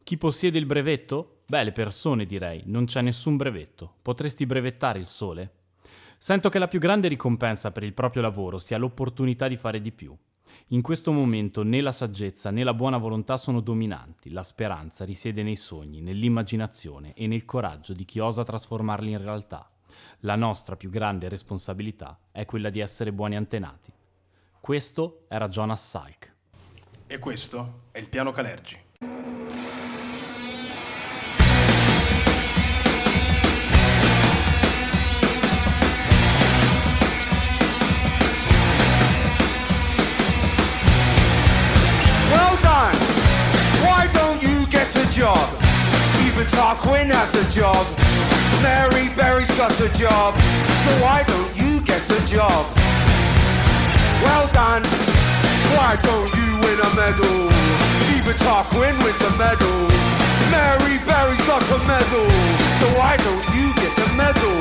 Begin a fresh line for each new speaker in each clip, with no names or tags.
Chi possiede il brevetto? Beh, le persone direi, non c'è nessun brevetto. Potresti brevettare il sole? Sento che la più grande ricompensa per il proprio lavoro sia l'opportunità di fare di più. In questo momento né la saggezza né la buona volontà sono dominanti, la speranza risiede nei sogni, nell'immaginazione e nel coraggio di chi osa trasformarli in realtà. La nostra più grande responsabilità è quella di essere buoni antenati. Questo era Jonas Salk.
E questo è il piano Calergi.
Well done! Why don't you get a job? Even Tarquin has a job. Mary Berry's got a job. So why don't you get a job? Well done! Why don't you win a medal? Even Tarquin wins a medal. Mary Berry's got a medal. So why don't you get a medal?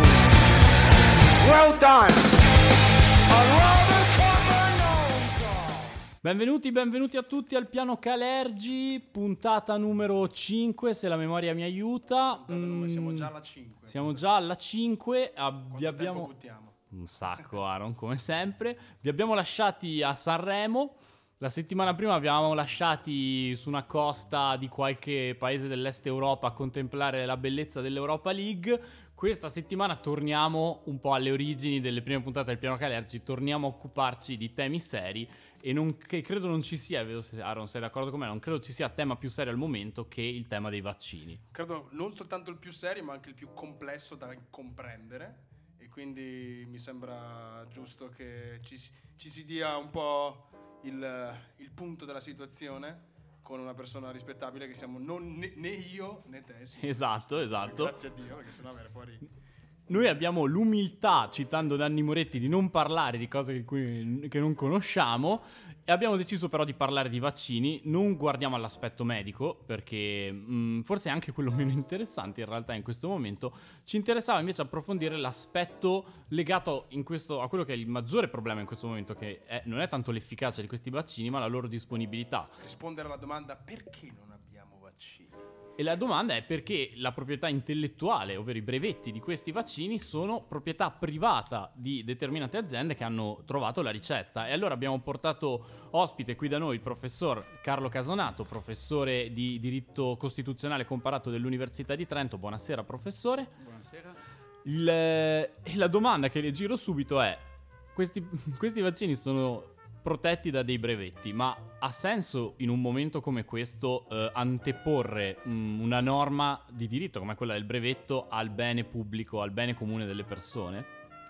Well done! I'd rather cut my nose off.
Benvenuti a tutti al piano Calergi, puntata numero 5, se la memoria mi aiuta.
Noi siamo già alla 5.
Siamo già alla 5,
Quanto tempo buttiamo?
un sacco, Aaron, come sempre. Vi abbiamo lasciati a Sanremo. La settimana prima vi avevamo lasciati su una costa di qualche paese dell'est Europa a contemplare la bellezza dell'Europa League. Questa settimana torniamo un po' alle origini delle prime puntate del piano Calergi, torniamo a occuparci di temi seri e che credo non ci sia, vedo se Aaron sei d'accordo con me, non credo ci sia tema più serio al momento che il tema dei vaccini.
Credo non soltanto il più serio, ma anche il più complesso da comprendere. E quindi mi sembra giusto che ci si dia un po' il punto della situazione con una persona rispettabile che siamo né io né te. Sì.
Esatto.
Grazie a Dio, perché sennò viene fuori.
Noi abbiamo l'umiltà, citando Nanni Moretti, di non parlare di cose che non conosciamo e abbiamo deciso però di parlare di vaccini. Non guardiamo all'aspetto medico perché forse è anche quello meno interessante in realtà in questo momento. Ci interessava invece approfondire l'aspetto legato a quello che è il maggiore problema in questo momento, che non è tanto l'efficacia di questi vaccini ma la loro disponibilità.
Rispondere alla domanda perché non abbiamo vaccini.
E la domanda è perché la proprietà intellettuale, ovvero i brevetti di questi vaccini, sono proprietà privata di determinate aziende che hanno trovato la ricetta. E allora abbiamo portato ospite qui da noi il professor Carlo Casonato, professore di diritto costituzionale comparato dell'Università di Trento. Buonasera professore.
Buonasera.
E la domanda che le giro subito è: questi vaccini sono protetti da dei brevetti, ma ha senso in un momento come questo anteporre una norma di diritto come quella del brevetto al bene pubblico, al bene comune delle persone?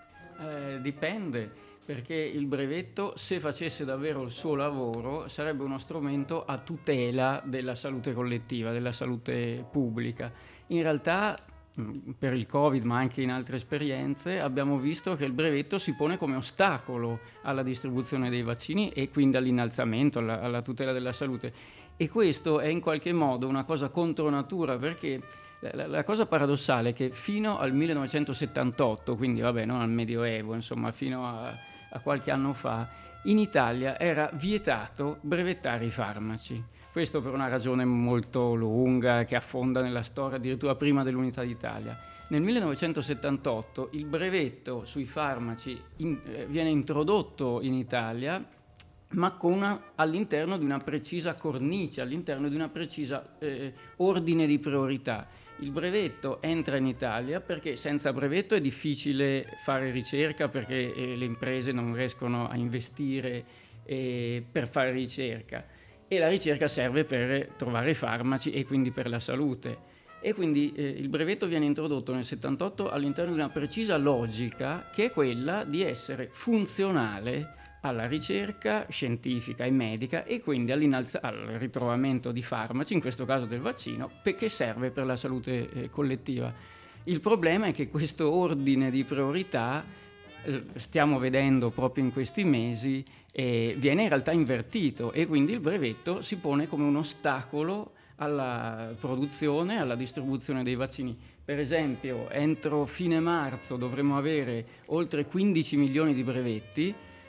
Dipende, perché il brevetto, se facesse davvero il suo lavoro, sarebbe uno strumento a tutela della salute collettiva, della salute pubblica. In realtà, per il Covid, ma anche in altre esperienze, abbiamo visto che il brevetto si pone come ostacolo alla distribuzione dei vaccini e quindi all'innalzamento, alla tutela della salute. E questo è in qualche modo una cosa contro natura, perché la cosa paradossale è che fino al 1978, quindi non al Medioevo, insomma fino a qualche anno fa, in Italia era vietato brevettare i farmaci. Questo per una ragione molto lunga che affonda nella storia addirittura prima dell'Unità d'Italia. Nel 1978 il brevetto sui farmaci viene introdotto in Italia, ma all'interno di una precisa cornice, all'interno di una precisa ordine di priorità. Il brevetto entra in Italia perché senza brevetto è difficile fare ricerca, perché le imprese non riescono a investire per fare ricerca. E la ricerca serve per trovare farmaci e quindi per la salute. E quindi il brevetto viene introdotto nel 78 all'interno di una precisa logica, che è quella di essere funzionale alla ricerca scientifica e medica e quindi al ritrovamento di farmaci, in questo caso del vaccino, che serve per la salute collettiva. Il problema è che questo ordine di priorità, stiamo vedendo proprio in questi mesi, viene in realtà invertito e quindi il brevetto si pone come un ostacolo alla produzione, alla distribuzione dei vaccini. Per esempio, entro fine marzo dovremo avere oltre 15 milioni di brevetti,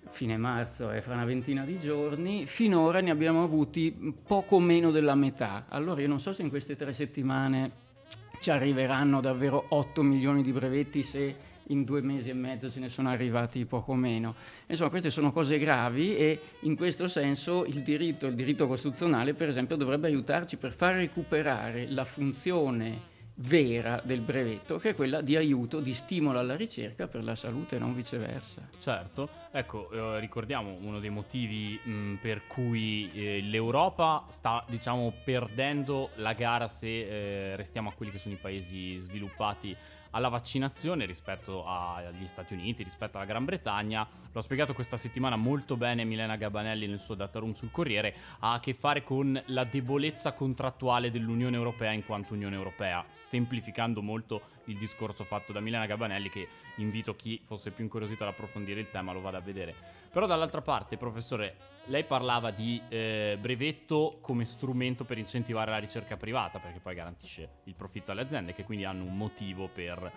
fine marzo è fra una ventina di giorni, finora ne abbiamo avuti poco meno della metà. Allora io non so se in queste 3 settimane ci arriveranno davvero 8 milioni di brevetti, se in 2 mesi e mezzo ce ne sono arrivati poco meno. Insomma, queste sono cose gravi e in questo senso il diritto costituzionale, per esempio, dovrebbe aiutarci per far recuperare la funzione vera del brevetto, che è quella di aiuto, di stimolo alla ricerca per la salute e non viceversa.
Certo, ecco, ricordiamo uno dei motivi per cui l'Europa sta, diciamo, perdendo la gara, se restiamo a quelli che sono i paesi sviluppati, alla vaccinazione rispetto agli Stati Uniti, rispetto alla Gran Bretagna. L'ho spiegato questa settimana molto bene Milena Gabanelli nel suo data room sul Corriere. Ha a che fare con la debolezza contrattuale dell'Unione Europea in quanto Unione Europea, semplificando molto il discorso fatto da Milena Gabanelli, che invito chi fosse più incuriosito ad approfondire il tema lo vada a vedere. Però dall'altra parte, professore, lei parlava di brevetto come strumento per incentivare la ricerca privata, perché poi garantisce il profitto alle aziende, che quindi hanno un motivo per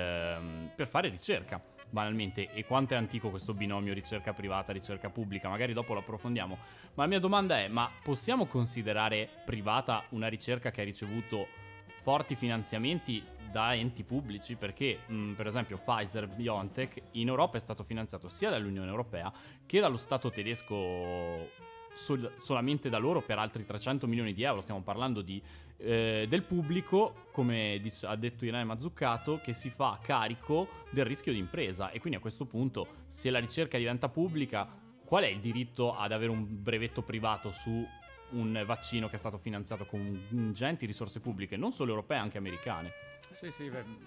fare ricerca, banalmente. E quanto è antico questo binomio ricerca privata, ricerca pubblica? Magari dopo lo approfondiamo. Ma la mia domanda è, ma possiamo considerare privata una ricerca che ha ricevuto forti finanziamenti da enti pubblici? Perché per esempio Pfizer-BioNTech in Europa è stato finanziato sia dall'Unione Europea che dallo Stato tedesco, solamente da loro, per altri 300 milioni di euro. Stiamo parlando del pubblico, come ha detto Irene Mazzuccato, che si fa carico del rischio di impresa. E quindi a questo punto, se la ricerca diventa pubblica, qual è il diritto ad avere un brevetto privato su un vaccino che è stato finanziato con ingenti risorse pubbliche, non solo europee, anche americane?
Sì,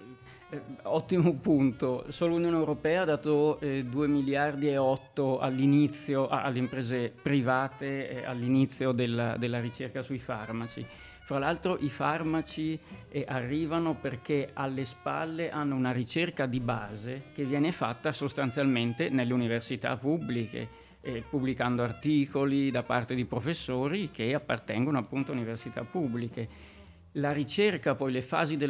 ottimo punto. Solo l'Unione Europea ha dato 2 miliardi e 8 all'inizio alle imprese private all'inizio della ricerca sui farmaci. Fra l'altro i farmaci arrivano perché alle spalle hanno una ricerca di base che viene fatta sostanzialmente nelle università pubbliche, pubblicando articoli da parte di professori che appartengono appunto a università pubbliche. La ricerca, poi le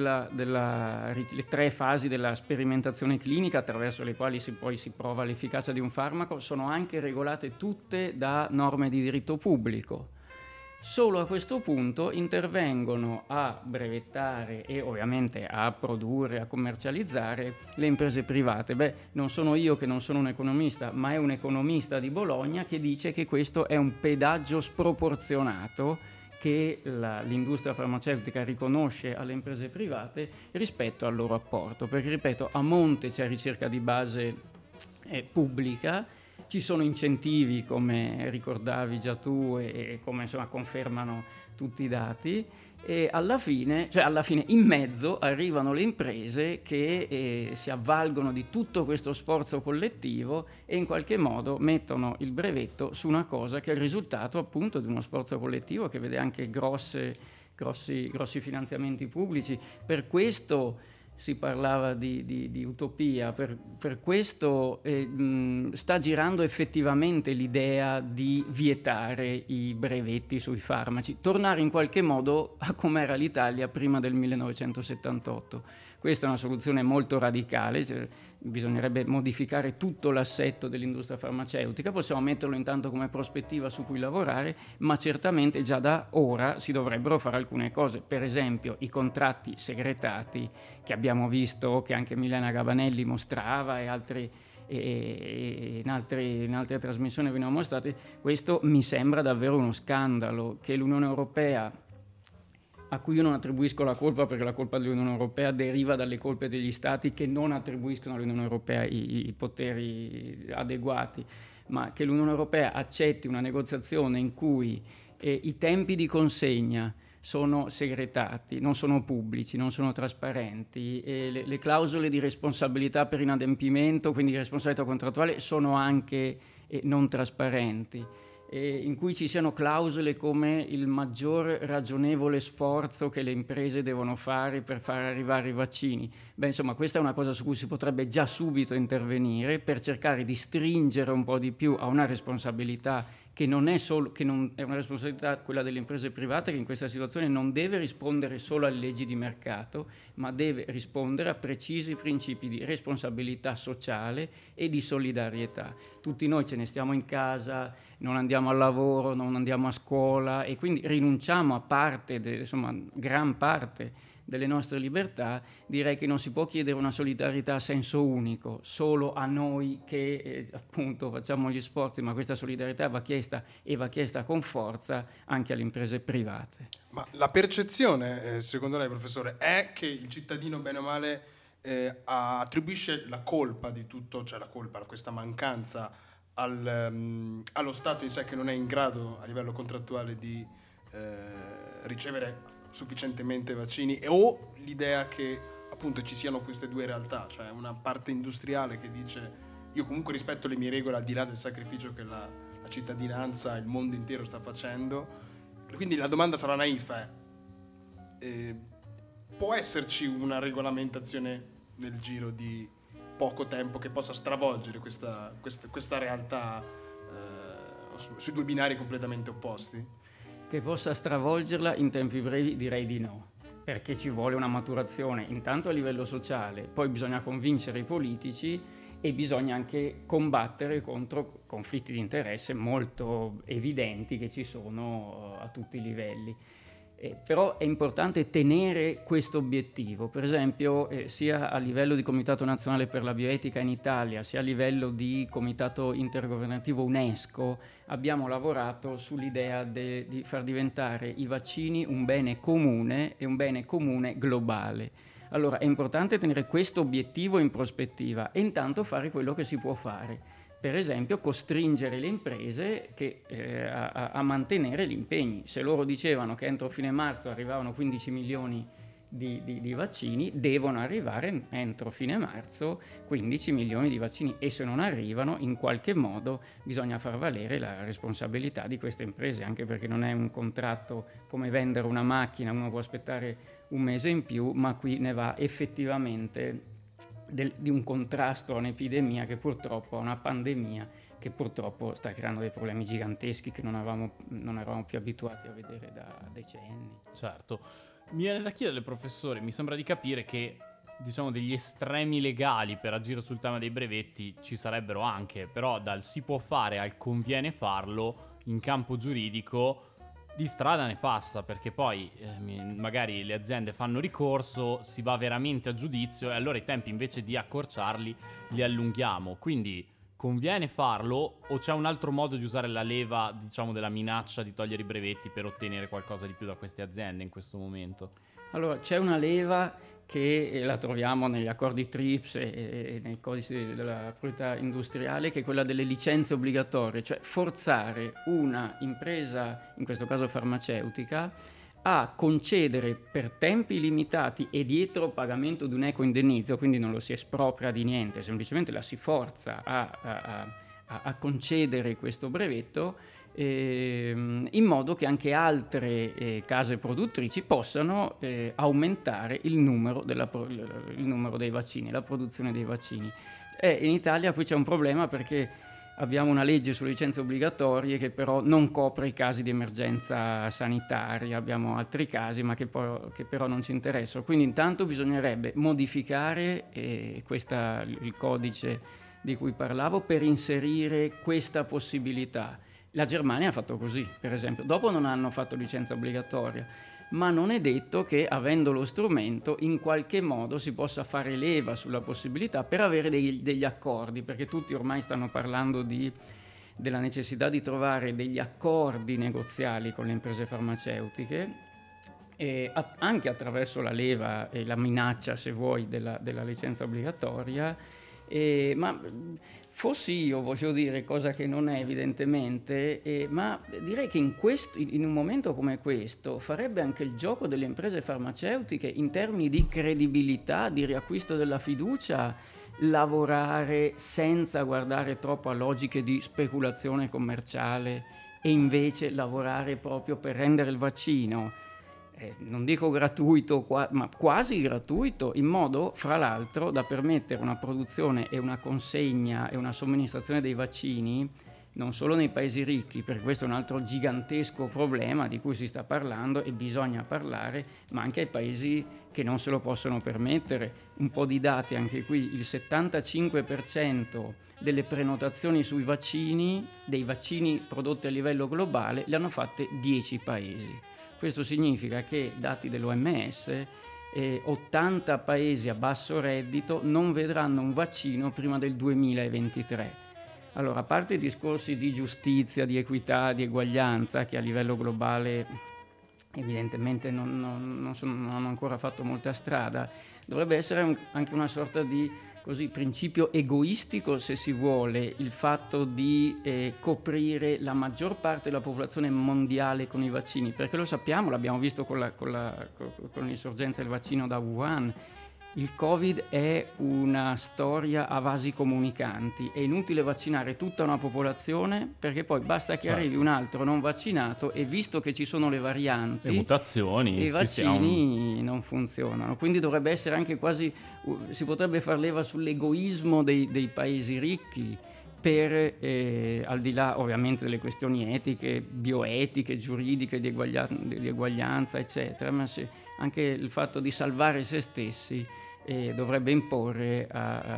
3 fasi della sperimentazione clinica attraverso le quali poi si prova l'efficacia di un farmaco, sono anche regolate tutte da norme di diritto pubblico. Solo a questo punto intervengono a brevettare e ovviamente a produrre, a commercializzare le imprese private. Non sono io che non sono un economista, ma è un economista di Bologna che dice che questo è un pedaggio sproporzionato che l'industria farmaceutica riconosce alle imprese private rispetto al loro apporto, perché ripeto, a monte c'è ricerca di base pubblica, ci sono incentivi come ricordavi già tu e come insomma confermano tutti i dati, e alla fine in mezzo arrivano le imprese che si avvalgono di tutto questo sforzo collettivo e in qualche modo mettono il brevetto su una cosa che è il risultato appunto di uno sforzo collettivo che vede anche grossi finanziamenti pubblici. Per questo si parlava di utopia, per questo sta girando effettivamente l'idea di vietare i brevetti sui farmaci, tornare in qualche modo a com'era l'Italia prima del 1978. Questa è una soluzione molto radicale, bisognerebbe modificare tutto l'assetto dell'industria farmaceutica, possiamo metterlo intanto come prospettiva su cui lavorare, ma certamente già da ora si dovrebbero fare alcune cose, per esempio i contratti segretati che abbiamo visto, che anche Milena Gabanelli mostrava e in altre trasmissioni venivano mostrate. Questo mi sembra davvero uno scandalo, che l'Unione Europea, a cui io non attribuisco la colpa perché la colpa dell'Unione Europea deriva dalle colpe degli Stati che non attribuiscono all'Unione Europea i poteri adeguati, ma che l'Unione Europea accetti una negoziazione in cui i tempi di consegna sono segretati, non sono pubblici, non sono trasparenti, e le clausole di responsabilità per inadempimento, quindi di responsabilità contrattuale, sono anche non trasparenti, in cui ci siano clausole come il maggior ragionevole sforzo che le imprese devono fare per far arrivare i vaccini. Insomma, questa è una cosa su cui si potrebbe già subito intervenire per cercare di stringere un po' di più a una responsabilità che non è solo, che non è una responsabilità quella delle imprese private, che in questa situazione non deve rispondere solo alle leggi di mercato, ma deve rispondere a precisi principi di responsabilità sociale e di solidarietà. Tutti noi ce ne stiamo in casa, non andiamo al lavoro, non andiamo a scuola e quindi rinunciamo a gran parte delle nostre libertà. Direi che non si può chiedere una solidarietà a senso unico, solo a noi che appunto facciamo gli sforzi, ma questa solidarietà va chiesta con forza anche alle imprese private.
Ma la percezione, secondo lei, professore, è che il cittadino bene o male attribuisce la colpa di tutto, cioè questa mancanza allo Stato in sé, che non è in grado a livello contrattuale di ricevere sufficientemente vaccini, o l'idea che appunto ci siano queste due realtà, cioè una parte industriale che dice io comunque rispetto le mie regole al di là del sacrificio che la cittadinanza, il mondo intero sta facendo. Quindi la domanda sarà naif, può esserci una regolamentazione nel giro di poco tempo che possa stravolgere questa realtà sui due binari completamente opposti?
Che possa stravolgerla in tempi brevi direi di no, perché ci vuole una maturazione intanto a livello sociale, poi bisogna convincere i politici e bisogna anche combattere contro conflitti di interesse molto evidenti che ci sono a tutti i livelli. Però è importante tenere questo obiettivo, per esempio sia a livello di Comitato Nazionale per la Bioetica in Italia, sia a livello di Comitato Intergovernativo UNESCO, abbiamo lavorato sull'idea di far diventare i vaccini un bene comune e un bene comune globale. Allora è importante tenere questo obiettivo in prospettiva e intanto fare quello che si può fare. Per esempio costringere le imprese a mantenere gli impegni. Se loro dicevano che entro fine marzo arrivavano 15 milioni di vaccini, devono arrivare entro fine marzo 15 milioni di vaccini, e se non arrivano in qualche modo bisogna far valere la responsabilità di queste imprese, anche perché non è un contratto come vendere una macchina, uno può aspettare un mese in più, ma qui ne va effettivamente di un contrasto a un'epidemia che purtroppo, a una pandemia che purtroppo sta creando dei problemi giganteschi che non eravamo più abituati a vedere da decenni.
Certo. Mi viene da chiedere, professore, mi sembra di capire che diciamo degli estremi legali per agire sul tema dei brevetti ci sarebbero anche, però dal si può fare al conviene farlo in campo giuridico di strada ne passa, perché poi magari le aziende fanno ricorso, si va veramente a giudizio e allora i tempi invece di accorciarli li allunghiamo. Quindi conviene farlo o c'è un altro modo di usare la leva, diciamo, della minaccia di togliere i brevetti per ottenere qualcosa di più da queste aziende in questo momento?
Allora, c'è una leva che la troviamo negli accordi TRIPS e nei codici della proprietà industriale, che è quella delle licenze obbligatorie, cioè forzare una impresa, in questo caso farmaceutica, a concedere per tempi limitati e dietro pagamento di un equo indennizzo, quindi non lo si espropria di niente, semplicemente la si forza a concedere questo brevetto, in modo che anche altre case produttrici possano aumentare il numero dei vaccini, la produzione dei vaccini. In Italia qui c'è un problema, perché abbiamo una legge sulle licenze obbligatorie che però non copre i casi di emergenza sanitaria, abbiamo altri casi ma che però non ci interessano. Quindi intanto bisognerebbe modificare il codice di cui parlavo per inserire questa possibilità. La Germania ha fatto così, per esempio. Dopo non hanno fatto licenza obbligatoria, ma non è detto che, avendo lo strumento, in qualche modo si possa fare leva sulla possibilità per avere degli accordi, perché tutti ormai stanno parlando della necessità di trovare degli accordi negoziali con le imprese farmaceutiche, anche attraverso la leva e la minaccia, se vuoi, della licenza obbligatoria, ma fossi io, voglio dire, cosa che non è evidentemente, ma direi che in un momento come questo farebbe anche il gioco delle imprese farmaceutiche in termini di credibilità, di riacquisto della fiducia, lavorare senza guardare troppo a logiche di speculazione commerciale e invece lavorare proprio per rendere il vaccino, non dico gratuito, ma quasi gratuito, in modo, fra l'altro, da permettere una produzione e una consegna e una somministrazione dei vaccini non solo nei paesi ricchi, perché questo è un altro gigantesco problema di cui si sta parlando e bisogna parlare, ma anche ai paesi che non se lo possono permettere. Un po' di dati anche qui: il 75% delle prenotazioni sui vaccini, dei vaccini prodotti a livello globale, le hanno fatte 10 paesi. Questo significa che, dati dell'OMS, 80 paesi a basso reddito non vedranno un vaccino prima del 2023. Allora, a parte i discorsi di giustizia, di equità, di eguaglianza, che a livello globale evidentemente non hanno ancora fatto molta strada, dovrebbe essere anche una sorta di principio egoistico, se si vuole, il fatto di coprire la maggior parte della popolazione mondiale con i vaccini, perché lo sappiamo, l'abbiamo visto con l'insorgenza del vaccino da Wuhan. Il Covid è una storia a vasi comunicanti, è inutile vaccinare tutta una popolazione, perché poi basta che arrivi un altro non vaccinato, e visto che ci sono le varianti,
le mutazioni,
i vaccini non funzionano. Quindi dovrebbe essere anche quasi, si potrebbe far leva sull'egoismo dei paesi ricchi, per, al di là ovviamente delle questioni etiche, bioetiche, giuridiche, di eguaglianza, eccetera, ma anche il fatto di salvare se stessi dovrebbe imporre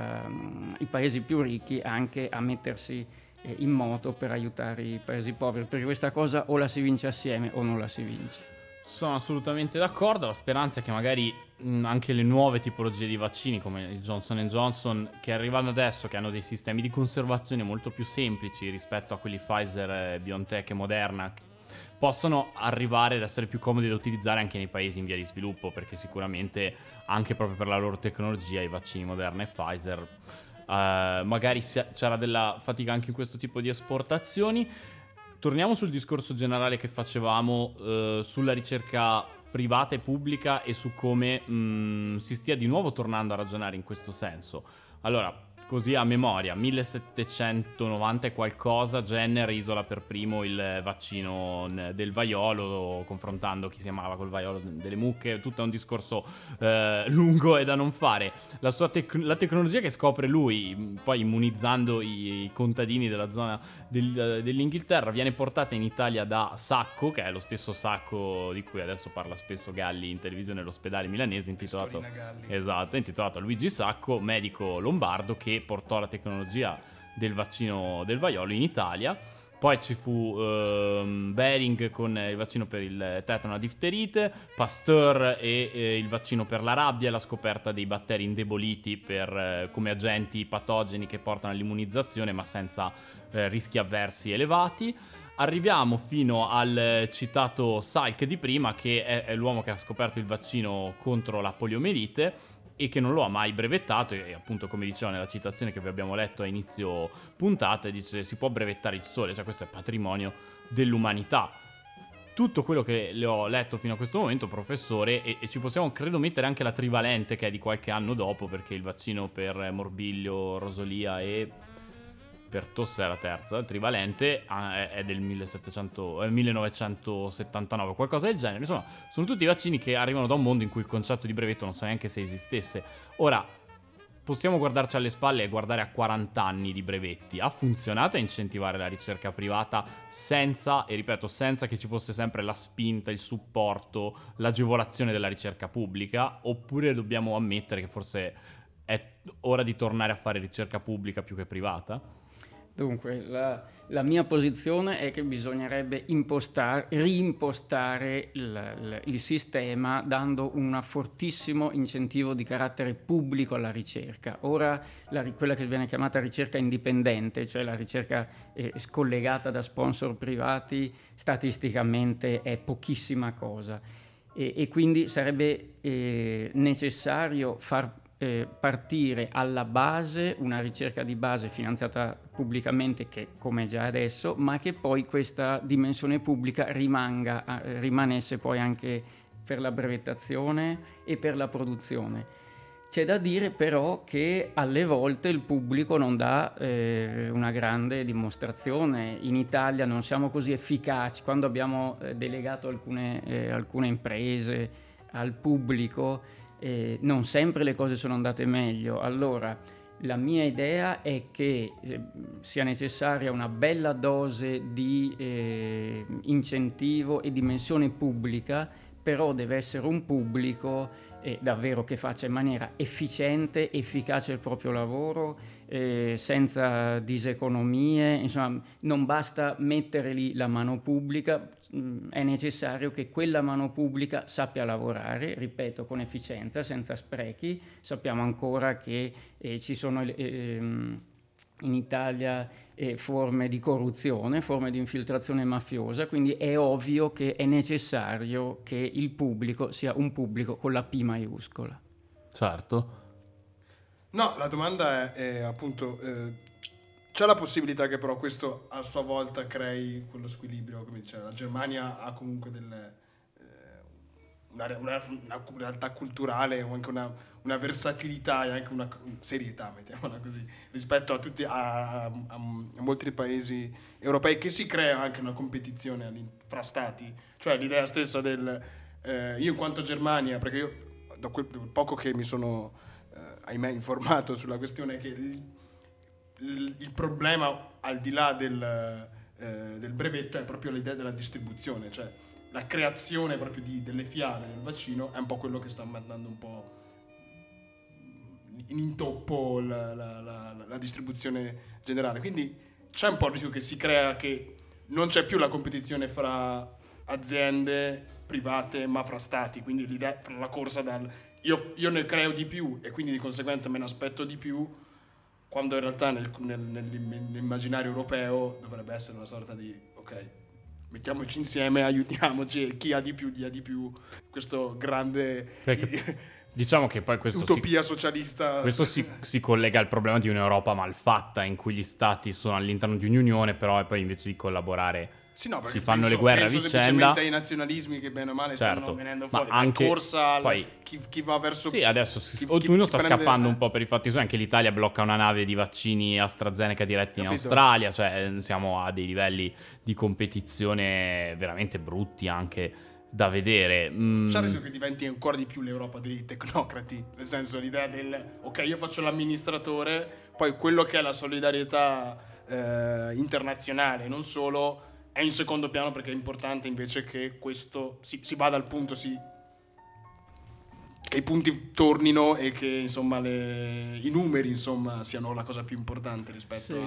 ai paesi più ricchi anche a mettersi in moto per aiutare i paesi poveri, perché questa cosa o la si vince assieme o non la si vince.
Sono assolutamente d'accordo. La speranza è che magari anche le nuove tipologie di vaccini, come il Johnson & Johnson, che arrivano adesso, che hanno dei sistemi di conservazione molto più semplici rispetto a quelli Pfizer, BioNTech e Moderna, possono arrivare ad essere più comodi da utilizzare anche nei paesi in via di sviluppo, perché sicuramente anche proprio per la loro tecnologia i vaccini Moderna e Pfizer magari c'era della fatica anche in questo tipo di esportazioni. Torniamo sul discorso generale che facevamo sulla ricerca privata e pubblica e su come si stia di nuovo tornando a ragionare in questo senso. Allora, così a memoria, 1790 e qualcosa, Jenner isola per primo il vaccino del vaiolo, confrontando chi si amava col vaiolo delle mucche. Tutto è un discorso lungo e da non fare. La tecnologia che scopre lui, poi immunizzando i contadini della zona dell'Inghilterra, viene portata in Italia da Sacco, che è lo stesso Sacco di cui adesso parla spesso Galli in televisione all'ospedale milanese, intitolato a Luigi Sacco, medico lombardo, che portò la tecnologia del vaccino del vaiolo in Italia. Poi ci fu Behring con il vaccino per il tetano e la difterite, Pasteur e il vaccino per la rabbia, la scoperta dei batteri indeboliti come agenti patogeni che portano all'immunizzazione ma senza rischi avversi elevati. Arriviamo fino al citato Salk di prima, che è l'uomo che ha scoperto il vaccino contro la poliomielite e che non lo ha mai brevettato, e appunto, come dicevo nella citazione che vi abbiamo letto a inizio puntata, dice si può brevettare il sole, cioè questo è patrimonio dell'umanità. Tutto quello che le ho letto fino a questo momento, professore, e ci possiamo credo mettere anche la trivalente, che è di qualche anno dopo, perché il vaccino per morbillo, rosolia e per tosse è la terza, il trivalente è del 1979, qualcosa del genere. Insomma, sono tutti vaccini che arrivano da un mondo in cui il concetto di brevetto non sa neanche se esistesse. Ora, possiamo guardarci alle spalle e guardare a 40 anni di brevetti. Ha funzionato a incentivare la ricerca privata senza che ci fosse sempre la spinta, il supporto, l'agevolazione della ricerca pubblica? Oppure dobbiamo ammettere che forse è ora di tornare a fare ricerca pubblica più che privata?
Dunque, la mia posizione è che bisognerebbe reimpostare il sistema, dando un fortissimo incentivo di carattere pubblico alla ricerca. Ora quella che viene chiamata ricerca indipendente, cioè la ricerca scollegata da sponsor privati, statisticamente è pochissima cosa, e quindi sarebbe necessario far partire alla base una ricerca di base finanziata pubblicamente, che come già adesso, ma che poi questa dimensione pubblica rimanesse poi anche per la brevettazione e per la produzione. C'è da dire però che alle volte il pubblico non dà una grande dimostrazione. In Italia non siamo così efficaci. Quando abbiamo delegato alcune imprese al pubblico, non sempre le cose sono andate meglio. Allora, La mia idea è che sia necessaria una bella dose di incentivo e dimensione pubblica, però deve essere un pubblico davvero che faccia in maniera efficiente, efficace il proprio lavoro, senza diseconomie. Insomma, non basta mettere lì la mano pubblica, è necessario che quella mano pubblica sappia lavorare, ripeto, con efficienza, senza sprechi. Sappiamo ancora che ci sono in Italia forme di corruzione, forme di infiltrazione mafiosa, quindi è ovvio che è necessario che il pubblico sia un pubblico con la P maiuscola.
Certo.
No, la domanda è appunto, c'è la possibilità che però questo a sua volta crei quello squilibrio, come diceva, la Germania ha comunque una realtà culturale o anche una versatilità e anche una serietà, mettiamola così, rispetto a molti paesi europei, che si crea anche una competizione fra stati, cioè l'idea stessa del io in quanto Germania, perché io da quel poco che mi sono ahimè informato sulla questione, che il problema al di là del brevetto è proprio l'idea della distribuzione, cioè la creazione proprio delle fiale del vaccino è un po' quello che sta mandando un po' in intoppo la distribuzione generale. Quindi c'è un po' il rischio che si crea che non c'è più la competizione fra aziende private ma fra stati, quindi l'idea fra la corsa io ne creo di più e quindi di conseguenza me ne aspetto di più, quando in realtà nell'immaginario europeo dovrebbe essere una sorta di ok, mettiamoci insieme, aiutiamoci e chi ha di più dia di più, questo grande
diciamo che poi questo
utopia socialista.
Questo si collega al problema di un'Europa malfatta, in cui gli stati sono all'interno di un'unione, però poi invece di collaborare si fanno le guerre a vicenda.
Semplicemente ai nazionalismi che bene o male stanno venendo fuori, ma anche corsa poi, chi va verso...
Sì, adesso ognuno sta scappando un po' per i fatti suoi, anche l'Italia blocca una nave di vaccini AstraZeneca diretti in Australia, cioè siamo a dei livelli di competizione veramente brutti anche da vedere.
C'è il rischio che diventi ancora di più l'Europa dei tecnocrati, nel senso l'idea del ok, io faccio l'amministratore, poi quello che è la solidarietà internazionale, non solo, è in secondo piano, perché è importante invece che questo si vada al punto, che i punti tornino e che insomma i numeri insomma siano la cosa più importante rispetto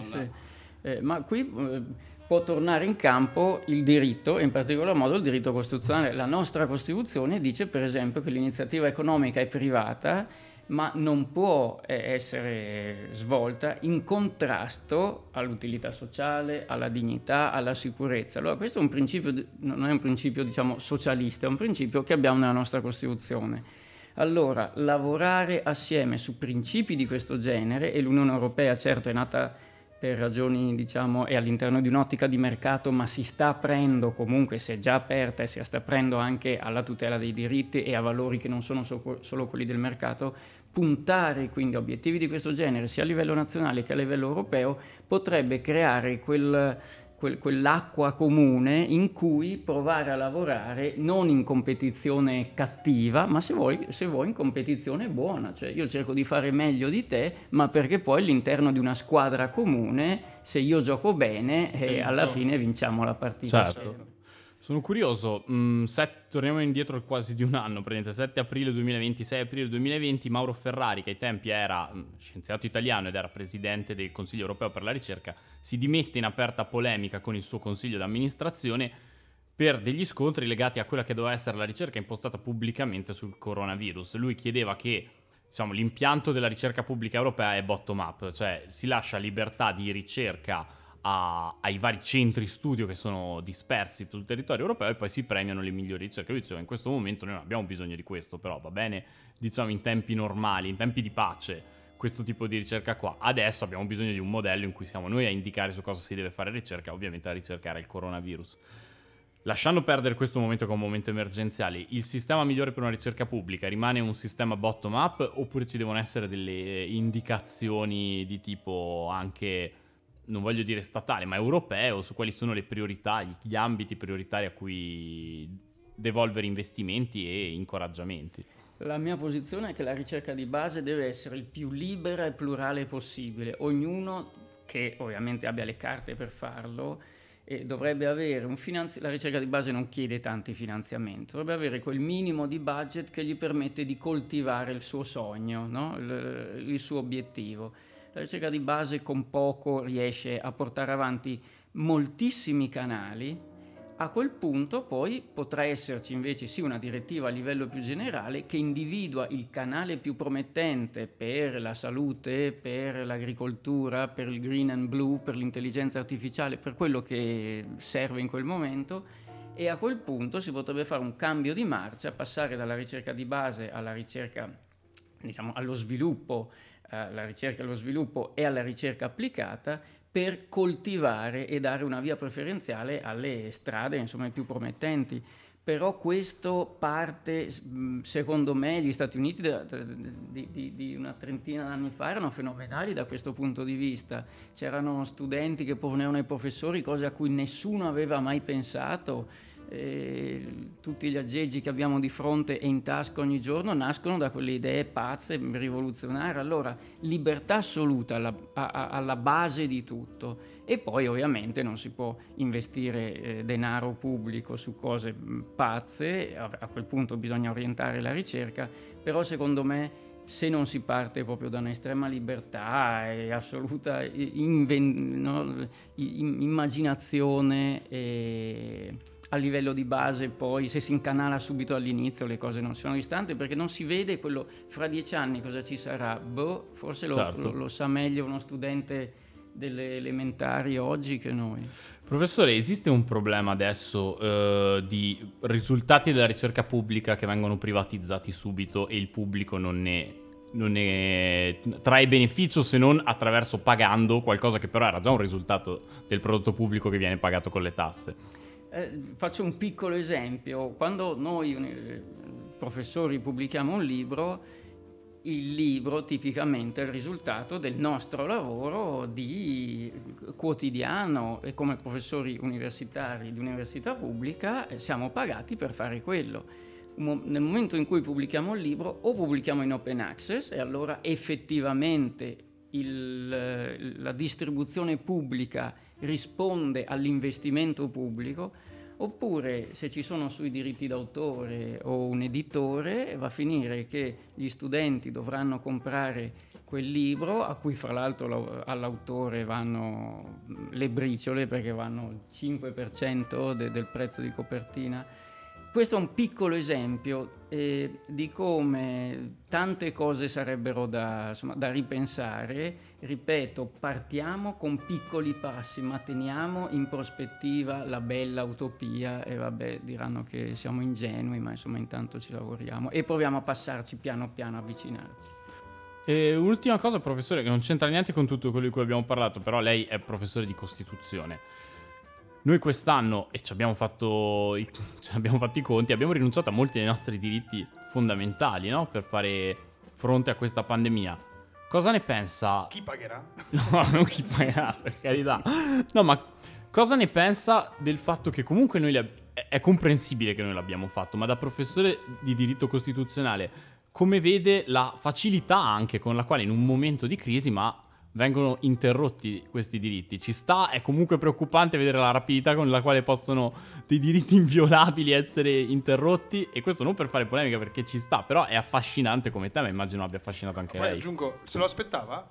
ma qui può tornare in campo il diritto, e in particolar modo il diritto costituzionale. La nostra Costituzione dice per esempio che l'iniziativa economica è privata, ma non può essere svolta in contrasto all'utilità sociale, alla dignità, alla sicurezza. Allora questo è un principio, non è un principio diciamo socialista, è un principio che abbiamo nella nostra Costituzione. Allora lavorare assieme su principi di questo genere, e l'Unione Europea certo è nata per ragioni diciamo è all'interno di un'ottica di mercato, ma si sta aprendo comunque, si è già aperta e si sta aprendo anche alla tutela dei diritti e a valori che non sono solo quelli del mercato. Puntare quindi a obiettivi di questo genere sia a livello nazionale che a livello europeo potrebbe creare quell'acqua comune in cui provare a lavorare non in competizione cattiva, ma se vuoi in competizione buona. Cioè io cerco di fare meglio di te, ma perché poi all'interno di una squadra comune, se io gioco bene, alla fine vinciamo la partita.
Certo. Sono curioso, torniamo indietro quasi di un anno, 7 aprile 2020, 6 aprile 2020, Mauro Ferrari, che ai tempi era scienziato italiano ed era presidente del Consiglio Europeo per la Ricerca, si dimette in aperta polemica con il suo consiglio d'amministrazione per degli scontri legati a quella che doveva essere la ricerca impostata pubblicamente sul coronavirus. Lui chiedeva che l'impianto della ricerca pubblica europea è bottom-up, cioè si lascia libertà di ricerca ai vari centri studio che sono dispersi sul territorio europeo e poi si premiano le migliori ricerche. Lui diceva in questo momento noi non abbiamo bisogno di questo, però va bene in tempi normali, in tempi di pace, questo tipo di ricerca qua. Adesso abbiamo bisogno di un modello in cui siamo noi a indicare su cosa si deve fare ricerca. Ovviamente la ricerca era il coronavirus. Lasciando perdere questo momento che è un momento emergenziale, il sistema migliore per una ricerca pubblica rimane un sistema bottom up, oppure ci devono essere delle indicazioni di tipo anche, non voglio dire statale, ma europeo, su quali sono le priorità, gli ambiti prioritari a cui devolvere investimenti e incoraggiamenti?
La mia posizione è che la ricerca di base deve essere il più libera e plurale possibile. Ognuno che ovviamente abbia le carte per farlo dovrebbe avere la ricerca di base non chiede tanti finanziamenti, dovrebbe avere quel minimo di budget che gli permette di coltivare il suo sogno, no? Il suo obiettivo. La ricerca di base con poco riesce a portare avanti moltissimi canali. A quel punto poi potrà esserci invece sì una direttiva a livello più generale che individua il canale più promettente per la salute, per l'agricoltura, per il green and blue, per l'intelligenza artificiale, per quello che serve in quel momento, e a quel punto si potrebbe fare un cambio di marcia, passare dalla ricerca di base alla ricerca, diciamo, allo sviluppo, alla ricerca allo sviluppo e alla ricerca applicata, per coltivare e dare una via preferenziale alle strade, insomma, più promettenti. Però questo parte, secondo me, gli Stati Uniti di una trentina d'anni fa erano fenomenali da questo punto di vista. C'erano studenti che proponevano ai professori cose a cui nessuno aveva mai pensato. Tutti gli aggeggi che abbiamo di fronte e in tasca ogni giorno nascono da quelle idee pazze, rivoluzionarie. Allora, libertà assoluta alla base di tutto, e poi ovviamente non si può investire denaro pubblico su cose pazze. A quel punto bisogna orientare la ricerca, però secondo me se non si parte proprio da un'estrema libertà e assoluta immaginazione a livello di base, poi se si incanala subito all'inizio le cose non si fanno distante, perché non si vede quello fra 10 anni cosa ci sarà. Forse lo sa meglio uno studente delle elementari oggi che noi.
Professore, esiste un problema adesso di risultati della ricerca pubblica che vengono privatizzati subito e il pubblico non ne trae beneficio, se non attraverso pagando qualcosa che però era già un risultato del prodotto pubblico che viene pagato con le tasse?
Faccio un piccolo esempio. Quando noi professori pubblichiamo un libro, il libro tipicamente è il risultato del nostro lavoro di quotidiano, e come professori universitari di università pubblica siamo pagati per fare quello. Nel momento in cui pubblichiamo il libro, o pubblichiamo in open access, e allora effettivamente la distribuzione pubblica risponde all'investimento pubblico, oppure se ci sono sui diritti d'autore o un editore, va a finire che gli studenti dovranno comprare quel libro, a cui fra l'altro all'autore vanno le briciole, perché vanno il 5% del prezzo di copertina. Questo è un piccolo esempio di come tante cose sarebbero da ripensare. Ripeto, partiamo con piccoli passi, ma teniamo in prospettiva la bella utopia, e vabbè, diranno che siamo ingenui, ma insomma intanto ci lavoriamo e proviamo a passarci piano piano, avvicinarci.
E ultima cosa, professore, che non c'entra niente con tutto quello di cui abbiamo parlato, però lei è professore di Costituzione. Noi quest'anno, e ci abbiamo fatto i conti, abbiamo rinunciato a molti dei nostri diritti fondamentali, no? Per fare fronte a questa pandemia. Cosa ne pensa?
Chi pagherà?
No, non chi pagherà, per carità. No, ma cosa ne pensa del fatto che comunque è comprensibile che noi l'abbiamo fatto, ma da professore di diritto costituzionale, come vede la facilità anche con la quale in un momento di crisi, ma vengono interrotti questi diritti? Ci sta? È comunque preoccupante vedere la rapidità con la quale possono dei diritti inviolabili essere interrotti, e questo non per fare polemica, perché ci sta, però è affascinante come tema, immagino abbia affascinato anche
poi
lei.
Aggiungo, se lo aspettava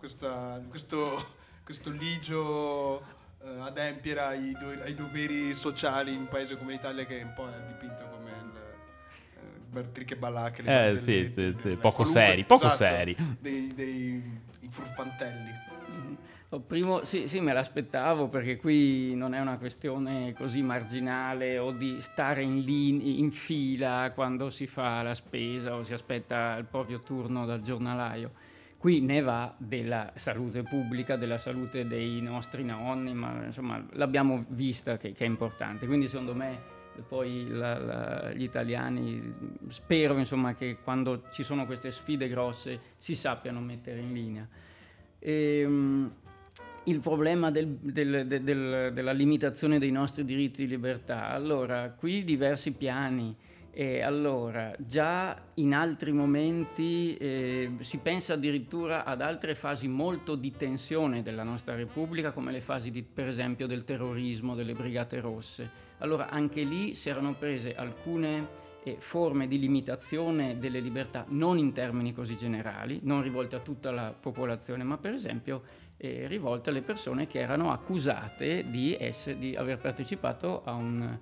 questo ligio adempiere ai doveri sociali in un paese come l'Italia, che un po' è dipinto come Bertriche Balacche,
sì, poco seri,
i furfantelli.
Primo, sì, me l'aspettavo, perché qui non è una questione così marginale o di stare in fila quando si fa la spesa o si aspetta il proprio turno dal giornalaio. Qui ne va della salute pubblica, della salute dei nostri nonni, ma insomma l'abbiamo vista che è importante. Quindi secondo me poi gli italiani, spero insomma che quando ci sono queste sfide grosse si sappiano mettere in linea. Il problema della limitazione dei nostri diritti di libertà, allora qui diversi piani. E allora, già in altri momenti si pensa addirittura ad altre fasi molto di tensione della nostra Repubblica, come le fasi per esempio del terrorismo, delle Brigate Rosse. Allora anche lì si erano prese alcune forme di limitazione delle libertà, non in termini così generali, non rivolte a tutta la popolazione, ma per esempio rivolte alle persone che erano accusate di aver partecipato a un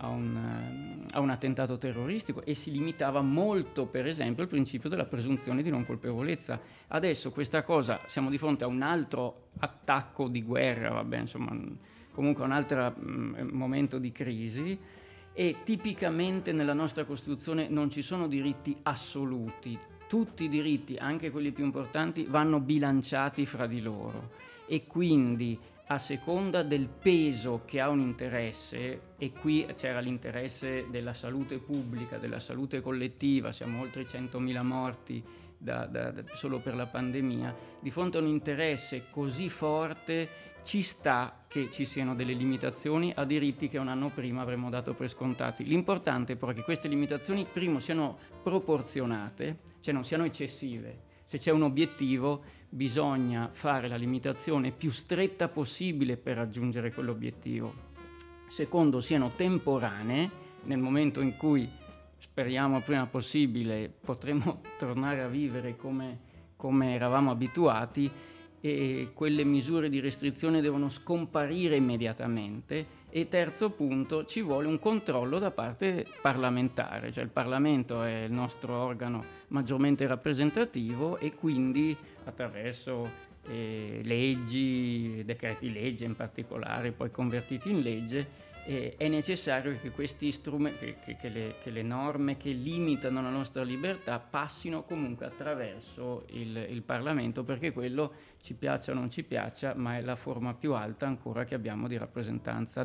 attentato terroristico, e si limitava molto per esempio il principio della presunzione di non colpevolezza. Adesso questa cosa, siamo di fronte a un altro attacco di guerra, vabbè, insomma, comunque un altro momento di crisi, e tipicamente nella nostra Costituzione non ci sono diritti assoluti. Tutti i diritti, anche quelli più importanti, vanno bilanciati fra di loro, e quindi a seconda del peso che ha un interesse, e qui c'era l'interesse della salute pubblica, della salute collettiva, siamo oltre 100.000 morti solo per la pandemia, di fronte a un interesse così forte ci sta che ci siano delle limitazioni a diritti che un anno prima avremmo dato per scontati. L'importante però è che queste limitazioni, primo, siano proporzionate, cioè non siano eccessive. Se c'è un obiettivo, bisogna fare la limitazione più stretta possibile per raggiungere quell'obiettivo. Secondo, siano temporanee, nel momento in cui, speriamo prima possibile, potremo tornare a vivere come eravamo abituati, e quelle misure di restrizione devono scomparire immediatamente. E terzo punto, ci vuole un controllo da parte parlamentare, cioè il Parlamento è il nostro organo maggiormente rappresentativo, e quindi attraverso leggi, decreti legge in particolare, poi convertiti in legge, è necessario che questi strumenti, che le norme che limitano la nostra libertà passino comunque attraverso il Parlamento, perché quello, ci piaccia o non ci piaccia, ma è la forma più alta ancora che abbiamo di rappresentanza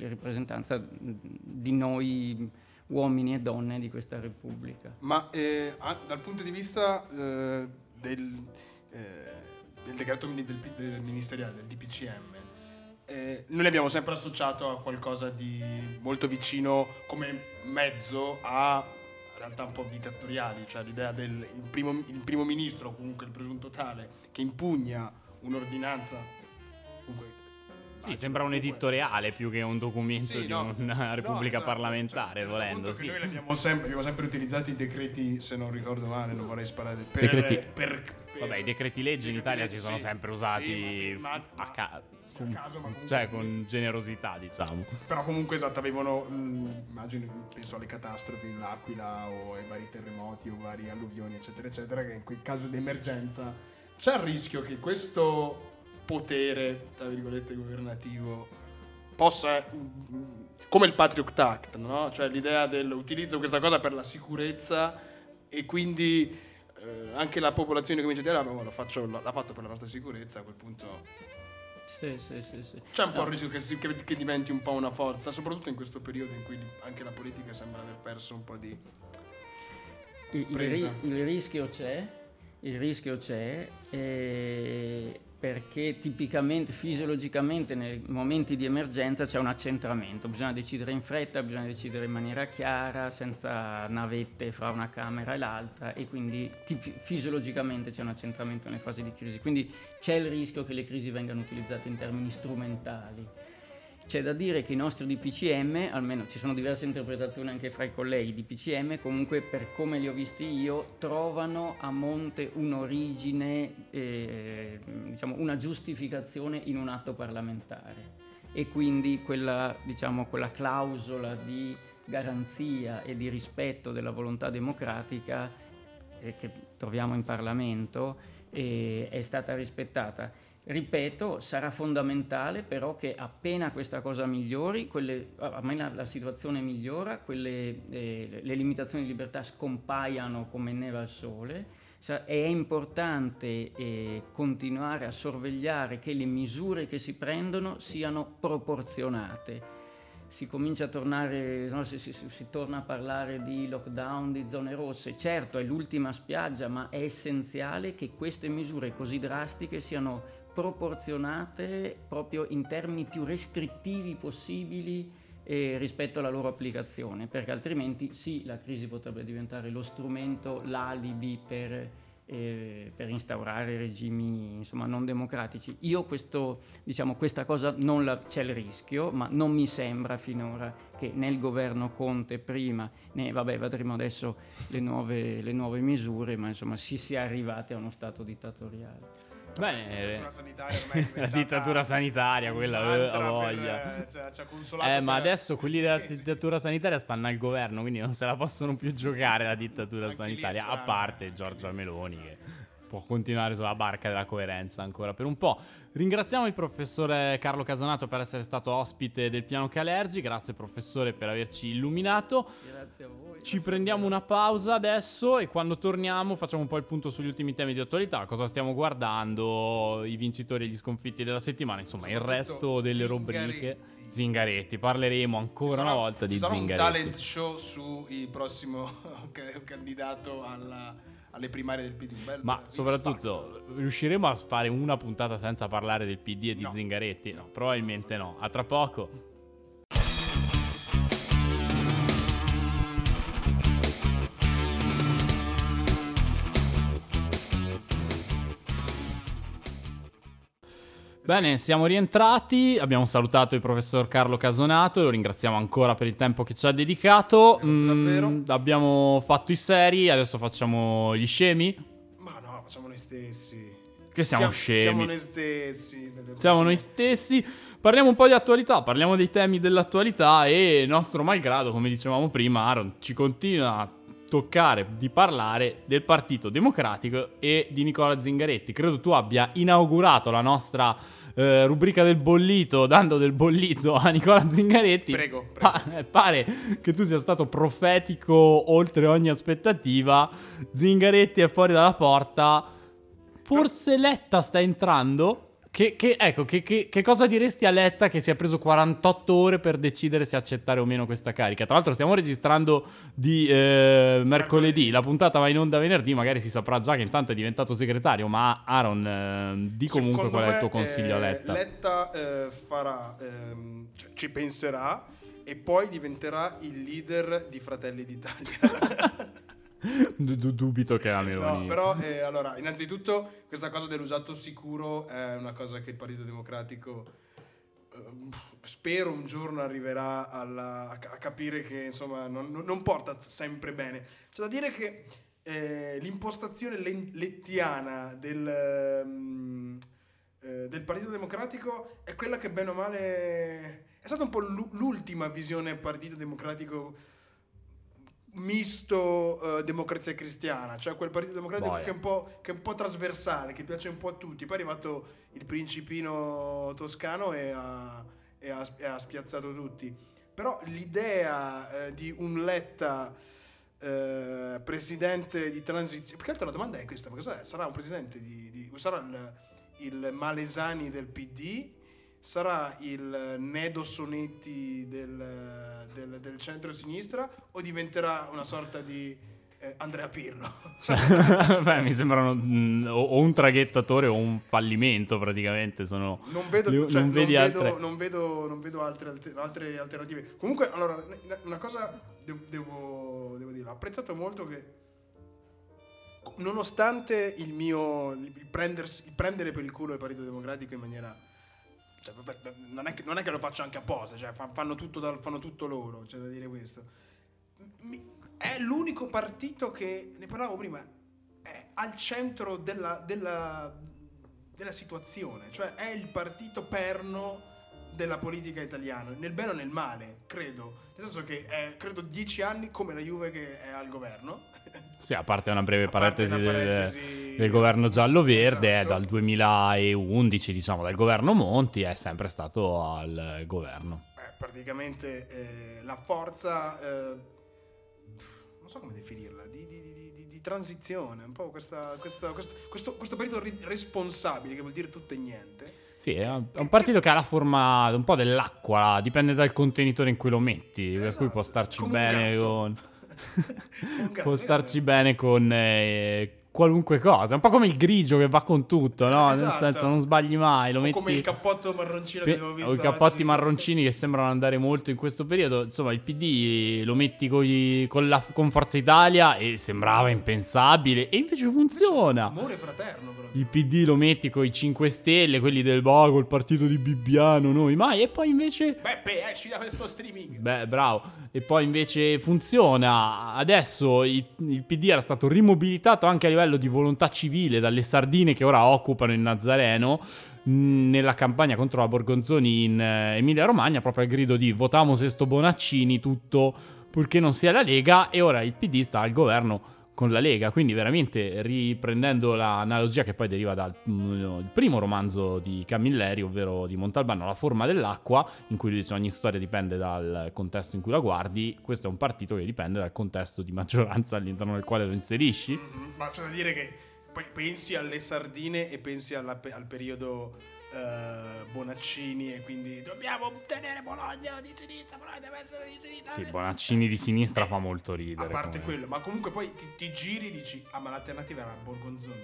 di noi uomini e donne di questa Repubblica.
Ma dal punto di vista del decreto del ministeriale, del DPCM, noi l'abbiamo sempre associato a qualcosa di molto vicino come mezzo a realtà un po' dittatoriali, cioè l'idea del primo ministro, comunque il presunto tale, che impugna un'ordinanza. Comunque,
sì, sembra un editoriale più che un documento di una repubblica parlamentare,
cioè,
volendo. Sì.
Noi abbiamo sempre utilizzato i decreti, se non ricordo male, non vorrei sparare
Vabbè, i decreti legge in Italia si sono sempre usati a caso, cioè con generosità, diciamo.
Però comunque esatto, avevano, immagino, penso alle catastrofi, l'Aquila o ai vari terremoti o vari alluvioni eccetera eccetera, che in quel caso di emergenza c'è il rischio che questo potere, tra virgolette, governativo possa, come il Patriot Act, no? Cioè l'idea dell'utilizzo questa cosa per la sicurezza, e quindi anche la popolazione comincia a dire l'ha fatto per la nostra sicurezza, a quel punto
sì.
C'è un po' il rischio che diventi un po' una forza, soprattutto in questo periodo in cui anche la politica sembra aver perso un po' di presa.
Il rischio c'è, perché tipicamente, fisiologicamente, nei momenti di emergenza c'è un accentramento, bisogna decidere in fretta, bisogna decidere in maniera chiara, senza navette fra una camera e l'altra, e quindi fisiologicamente c'è un accentramento nelle fasi di crisi, quindi c'è il rischio che le crisi vengano utilizzate in termini strumentali. C'è da dire che i nostri DPCM, almeno ci sono diverse interpretazioni anche fra i colleghi, DPCM comunque, per come li ho visti io, trovano a monte un'origine, diciamo una giustificazione in un atto parlamentare, e quindi quella clausola di garanzia e di rispetto della volontà democratica che troviamo in Parlamento è stata rispettata. Ripeto, sarà fondamentale però che appena questa cosa migliori, appena la situazione migliora, le limitazioni di libertà scompaiano come neve al sole. È importante continuare a sorvegliare che le misure che si prendono siano proporzionate. Si comincia a tornare, si torna a parlare di lockdown, di zone rosse. Certo, è l'ultima spiaggia, ma è essenziale che queste misure così drastiche siano proporzionate proprio in termini più restrittivi possibili rispetto alla loro applicazione, perché altrimenti sì, la crisi potrebbe diventare lo strumento, l'alibi per instaurare regimi, insomma, non democratici. Io questa cosa c'è il rischio, ma non mi sembra finora che nel governo Conte prima, vedremo adesso le nuove misure, ma insomma si sia arrivati a uno stato dittatoriale.
Bene,
la
dittatura sanitaria, quella a voglia. Ma adesso quelli della dittatura sanitaria stanno al governo, quindi non se la possono più giocare la dittatura sanitaria, a parte Giorgia Meloni, che può continuare sulla barca della coerenza ancora per un po'. Ringraziamo il professore Carlo Casonato per essere stato ospite del Piano Calergi. Grazie professore per averci illuminato.
Grazie a voi.
Ci prendiamo una pausa adesso e quando torniamo facciamo un po' il punto sugli ultimi temi di attualità, cosa stiamo guardando, i vincitori e gli sconfitti della settimana, insomma il resto delle rubriche. Zingaretti, parleremo ancora una volta di Zingaretti.
Ci sarà un talent show sul prossimo candidato alle primarie del PD.
Ma soprattutto riusciremo a fare una puntata senza parlare del PD e di Zingaretti? No, probabilmente no. A tra poco. Bene, siamo rientrati, abbiamo salutato il professor Carlo Casonato, lo ringraziamo ancora per il tempo che ci ha dedicato.
Grazie davvero.
Abbiamo fatto i seri, adesso facciamo gli scemi.
Ma no, facciamo noi stessi.
Che siamo scemi.
Siamo noi stessi.
Siamo noi stessi. Parliamo un po' di attualità, parliamo dei temi dell'attualità e nostro malgrado, come dicevamo prima, Aaron ci continua a toccare di parlare del Partito Democratico e di Nicola Zingaretti. Credo tu abbia inaugurato la nostra rubrica del bollito dando del bollito a Nicola Zingaretti.
Prego.
Pare che tu sia stato profetico oltre ogni aspettativa. Zingaretti è fuori dalla porta. Forse Letta sta entrando. Che cosa diresti a Letta che si è preso 48 ore per decidere se accettare o meno questa carica? Tra l'altro stiamo registrando di mercoledì, la puntata va in onda venerdì, magari si saprà già che intanto è diventato segretario, ma Aaron, di comunque
Secondo
qual è il tuo
me,
consiglio a Letta?
Letta farà, ci penserà e poi diventerà il leader di Fratelli d'Italia.
Dubito che la Meloni.
No, però allora, innanzitutto questa cosa dell'usato sicuro è una cosa che il Partito Democratico spero un giorno arriverà a capire che insomma non porta sempre bene. C'è da dire che l'impostazione lettiana del Partito Democratico è quella che bene o male è stata un po' l'ultima visione Partito Democratico misto democrazia cristiana, cioè quel Partito Democratico che è un po' trasversale, che piace un po' a tutti. Poi è arrivato il principino toscano e ha spiazzato tutti. Però l'idea di un Letta presidente di transizione, perché la domanda è questa: sarà un presidente sarà il Malesani del PD? Sarà il Nedo Sonetti del centro-sinistra o diventerà una sorta di Andrea Pirlo?
Beh, mi sembrano o un traghettatore o un fallimento praticamente. Non
vedo altre alternative. Comunque, allora, una cosa devo dire, ho apprezzato molto che nonostante il prendere per il culo il Partito Democratico in maniera... non è che lo faccio anche apposta, cioè fanno tutto loro, c'è da dire questo. È l'unico partito che, ne parlavo prima, è al centro della situazione, cioè è il partito perno della politica italiana, nel bene o nel male, credo. Nel senso che è, credo, 10 anni come la Juve che è al governo.
Sì, a parte una breve parentesi del governo giallo-verde,
esatto.
Dal 2011, diciamo, dal governo Monti è sempre stato al governo.
Praticamente la forza, non so come definirla, di transizione, un po' questo partito responsabile, che vuol dire tutto e niente.
Sì, è un partito che ha la forma un po' dell'acqua, dipende dal contenitore in cui lo metti, per cui può starci bene con... può starci bene con qualunque cosa, un po' come il grigio che va con tutto, no? Nel
Esatto.
senso non sbagli mai, lo
O
metti...
come il cappotto marroncino che abbiamo visto
o i cappotti
oggi.
marroncini che sembrano andare molto in questo periodo. Insomma, il PD lo metti con Forza Italia e sembrava impensabile, e invece funziona.
Amore fraterno proprio.
Il PD lo metti con i 5 Stelle, quelli del col partito di Bibbiano, noi mai, e poi invece...
Beppe, esci da questo streaming.
Beh, bravo. E poi invece funziona. Adesso il PD era stato rimobilitato anche a livello di volontà civile dalle sardine che ora occupano il Nazareno nella campagna contro la Borgonzoni in Emilia Romagna, proprio al grido di votiamo Sesto Bonaccini, tutto purché non sia la Lega, e ora il PD sta al governo con la Lega, quindi veramente riprendendo l'analogia che poi deriva dal il primo romanzo di Camilleri, ovvero di Montalbano, La forma dell'acqua, in cui lui dice ogni storia dipende dal contesto in cui la guardi. Questo è un partito che dipende dal contesto di maggioranza all'interno del quale lo inserisci.
Ma c'è da dire che poi pensi alle sardine e pensi al periodo Bonaccini, e quindi dobbiamo tenere Bologna di sinistra, Bologna deve essere di sinistra.
Sì, Bonaccini di sinistra fa molto ridere.
A parte
come...
quello, ma comunque poi ti giri e dici ma l'alternativa era Borgonzoni.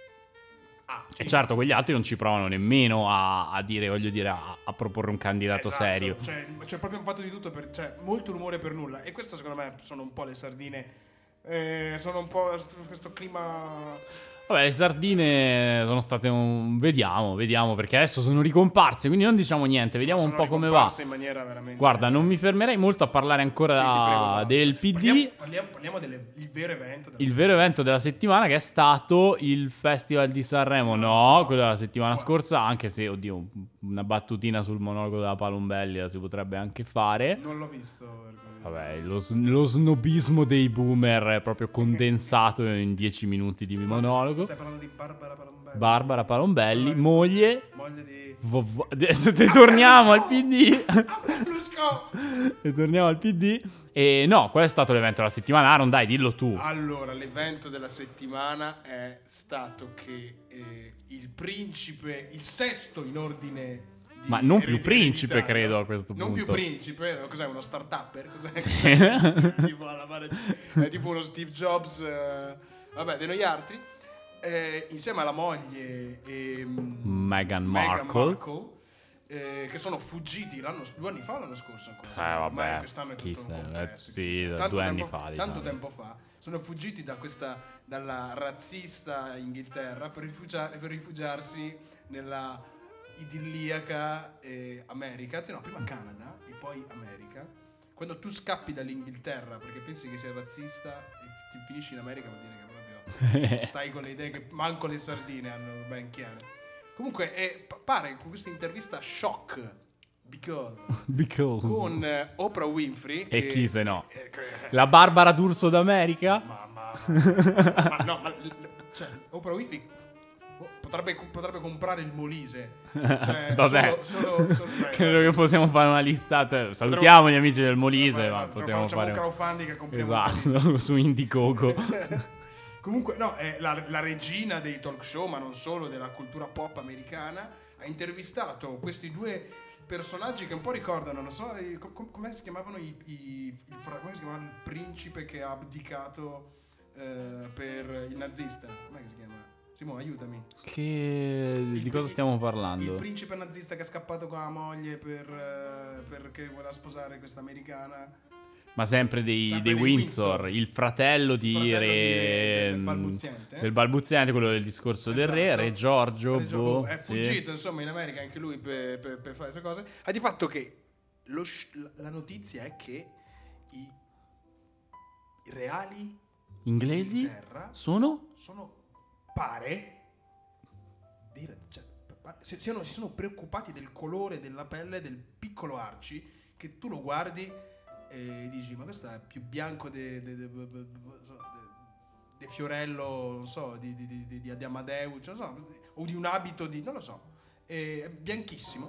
E certo, quegli altri non ci provano nemmeno a dire, voglio dire, a proporre un candidato
Esatto,
serio.
Cioè, c'è proprio un fatto di tutto, cioè molto rumore per nulla. E questo secondo me sono un po' le sardine. Sono un po' questo clima.
Vabbè, le sardine sono state vediamo, perché adesso sono ricomparse, quindi non diciamo niente, vediamo un po' come va.
In maniera veramente...
Guarda, non mi fermerei molto a parlare ancora
Sì, ti prego, basta.
del PD.
Parliamo del vero evento.
Il vero evento della settimana, che è stato il Festival di Sanremo. No, quello della settimana scorsa, anche se, oddio, una battutina sul monologo della Palombelli la si potrebbe anche fare.
Non l'ho visto.
Vabbè, lo snobismo dei boomer è proprio condensato in 10 minuti di monologo.
Stai parlando di Barbara Palombelli.
Barbara Palombelli, moglie
di...
Adesso te torniamo al PD.
Berlusconi.
E torniamo al PD. E no, qual è stato l'evento della settimana? Aaron, dai, dillo tu.
Allora, l'evento della settimana è stato che il principe, il sesto in ordine di
Ma non più
eredità,
principe, credo, a questo
non
punto.
più principe, cos'è, uno start-upper? Cos'è?
Sì.
Tipo, è tipo uno Steve Jobs, vabbè, dei noi altri, insieme alla moglie e
Meghan Markle.
Che sono fuggiti 2 anni fa o l'anno scorso ancora?
Vabbè,
Ormai quest'anno è tutto un complesso.
sì,
Tanto
2 anni
tempo-
fa.
Tanto
diciamo.
tempo fa sono fuggiti dalla razzista Inghilterra per rifugiarsi nella idilliaca America, anzi no, prima Canada e poi America. Quando tu scappi dall'Inghilterra perché pensi che sia razzista e ti finisci in America, vuol dire che proprio stai con le idee che manco le sardine hanno ben chiare. Comunque pare che con questa intervista shock because con Oprah Winfrey
E
che-
chi se no? La Barbara D'Urso d'America?
cioè, Oprah Winfrey potrebbe comprare il Molise. Cioè,
Vabbè,
solo
credo che possiamo fare una lista. Salutiamo gli amici del Molise, ma
esatto,
possiamo
facciamo
fare
un crowdfunding che compriamo il Molise.
esatto su Indiegogo.
Comunque, no, è la regina dei talk show, ma non solo, della cultura pop americana. Ha intervistato questi 2 personaggi che un po' ricordano, non so, come si chiamavano come si chiamava il principe che ha abdicato per il nazista? Com'è che si chiama? Simo, aiutami.
Di cosa stiamo parlando?
Il principe nazista che è scappato con la moglie perché voleva sposare questa americana.
Ma sempre dei Windsor, il fratello del balbuziente. Del balbuziente, quello del discorso del re, Re Giorgio.
È fuggito, insomma, in America anche lui per fare queste cose. Ha di fatto che la notizia è che i reali
inglesi
Inghilterra
sono
pare si sono preoccupati del colore della pelle del piccolo Archie, che tu lo guardi e dici ma questo è più bianco di Fiorello, non so, di Amadeus, non so, o di un abito non lo so, è bianchissimo,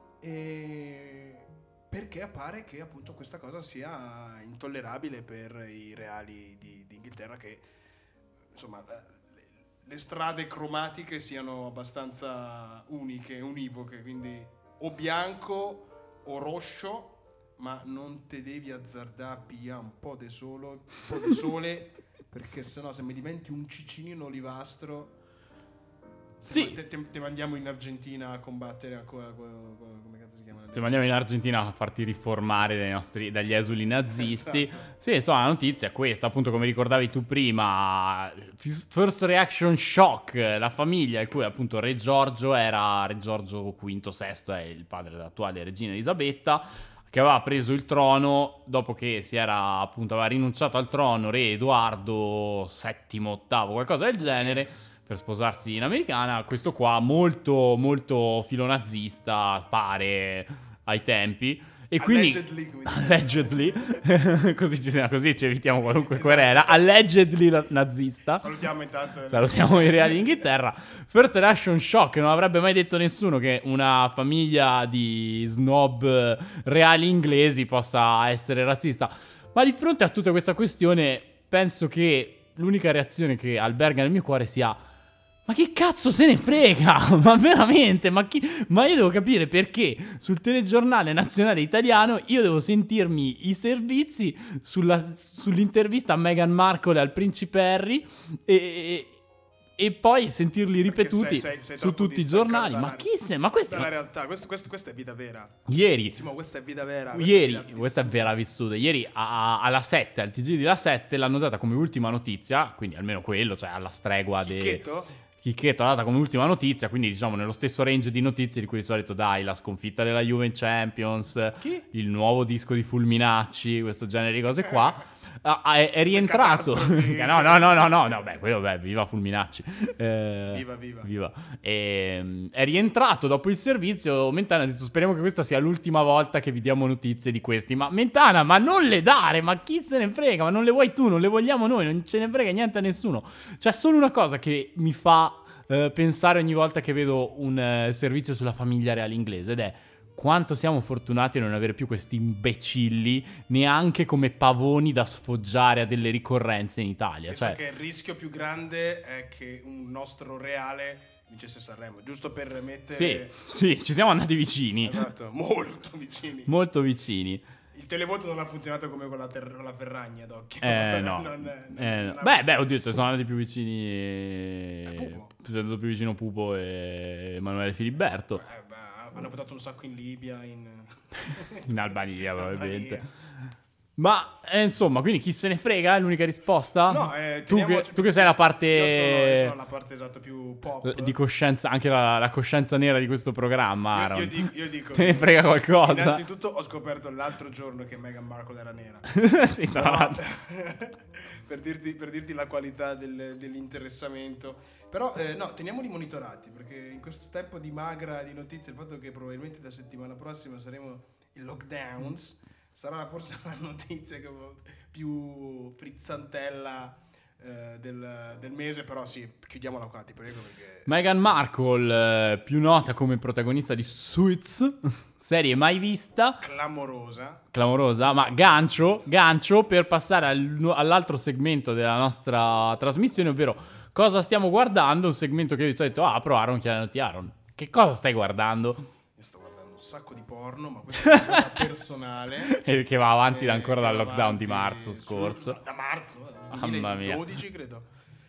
perché appare che appunto questa cosa sia intollerabile per i reali di Inghilterra, che insomma le strade cromatiche siano abbastanza uniche, univoche, quindi o bianco o rosso, ma non te devi azzardare a pigliare un po' di sole perché sennò se mi diventi un ciccinino olivastro...
Sì.
Ti mandiamo in Argentina a combattere come cazzo si chiama?
Ti mandiamo in Argentina a farti riformare dagli esuli nazisti.
Esatto.
Sì, insomma, la notizia è questa, appunto, come ricordavi tu prima. First reaction shock, la famiglia, il cui appunto Re Giorgio V, VI, è il padre dell'attuale regina Elisabetta, che aveva preso il trono dopo che aveva rinunciato al trono Re Edoardo VII, VIII, qualcosa del genere, per sposarsi in americana. Questo qua molto molto filonazista pare ai tempi, e quindi allegedly così ci evitiamo qualunque querela. Allegedly nazista.
Salutiamo intanto
i reali d'Inghilterra. First reaction shock, non avrebbe mai detto nessuno che una famiglia di snob reali inglesi possa essere razzista, ma di fronte a tutta questa questione penso che l'unica reazione che alberga nel mio cuore sia: ma che cazzo se ne frega? Ma veramente? Ma io devo capire perché sul telegiornale nazionale italiano io devo sentirmi i servizi sull'intervista a Meghan Markle e al principe Harry e poi sentirli ripetuti
sei
su tutti i giornali. Ma chi sei? Ma questa
è la realtà, questa è vita vera.
Ieri,
questa è vita vera.
Questa è vera vissuta. Ieri alla 7, al TG di La 7, l'hanno data come ultima notizia, quindi almeno quello, cioè alla stregua Chicchetto l'ha data come ultima notizia, quindi diciamo nello stesso range di notizie di cui di solito dai la sconfitta della Juve in Champions, il nuovo disco di Fulminacci, questo genere di cose qua. È rientrato. No, beh, viva Fulminacci. Viva. È rientrato dopo il servizio. Mentana ha detto: speriamo che questa sia l'ultima volta che vi diamo notizie di questi. Ma Mentana, ma non le dare, ma chi se ne frega? Ma non le vuoi tu, non le vogliamo noi, non ce ne frega niente a nessuno. C'è solo una cosa che mi fa pensare ogni volta che vedo un servizio sulla famiglia reale inglese, ed è quanto siamo fortunati a non avere più questi imbecilli neanche come pavoni da sfoggiare a delle ricorrenze in Italia.
Penso che il rischio più grande è che un nostro reale vincesse Sanremo, giusto per mettere...
Sì, ci siamo andati vicini.
Esatto, molto vicini.
Molto vicini.
Il televoto non ha funzionato come con la Ferragna d'occhio.
No. Beh, oddio, se sono andati più vicini...
Pupo.
Sono andato più vicino Pupo e Emanuele Filiberto.
Hanno votato un sacco in Libia,
in Albania probabilmente. Ma insomma, quindi chi se ne frega? È l'unica risposta?
No,
tu che sei la parte...
Io sono la parte esatto più pop.
Di coscienza, anche la coscienza nera di questo programma, Aaron.
Io dico
te ne frega qualcosa?
Innanzitutto ho scoperto l'altro giorno che Meghan Markle era nera.
Sì, tra l'altro.
per dirti la qualità dell'interessamento. Però no, teniamoli monitorati, perché in questo tempo di magra di notizie, il fatto che probabilmente da settimana prossima saremo in lockdowns sarà forse la notizia più frizzantella del mese. Però sì, chiudiamola qua, ti prego, perché...
Meghan Markle, più nota come protagonista di Suits, serie mai vista, clamorosa, ma gancio per passare all'altro segmento della nostra trasmissione, ovvero cosa stiamo guardando. Un segmento che io di solito apro. Aaron, chiediti Aaron, che cosa stai guardando?
Io sto guardando un sacco di porno, ma questo è una cosa personale.
Che va avanti ancora dal lockdown di marzo scorso.
Da marzo,
mamma mia.
2012 credo.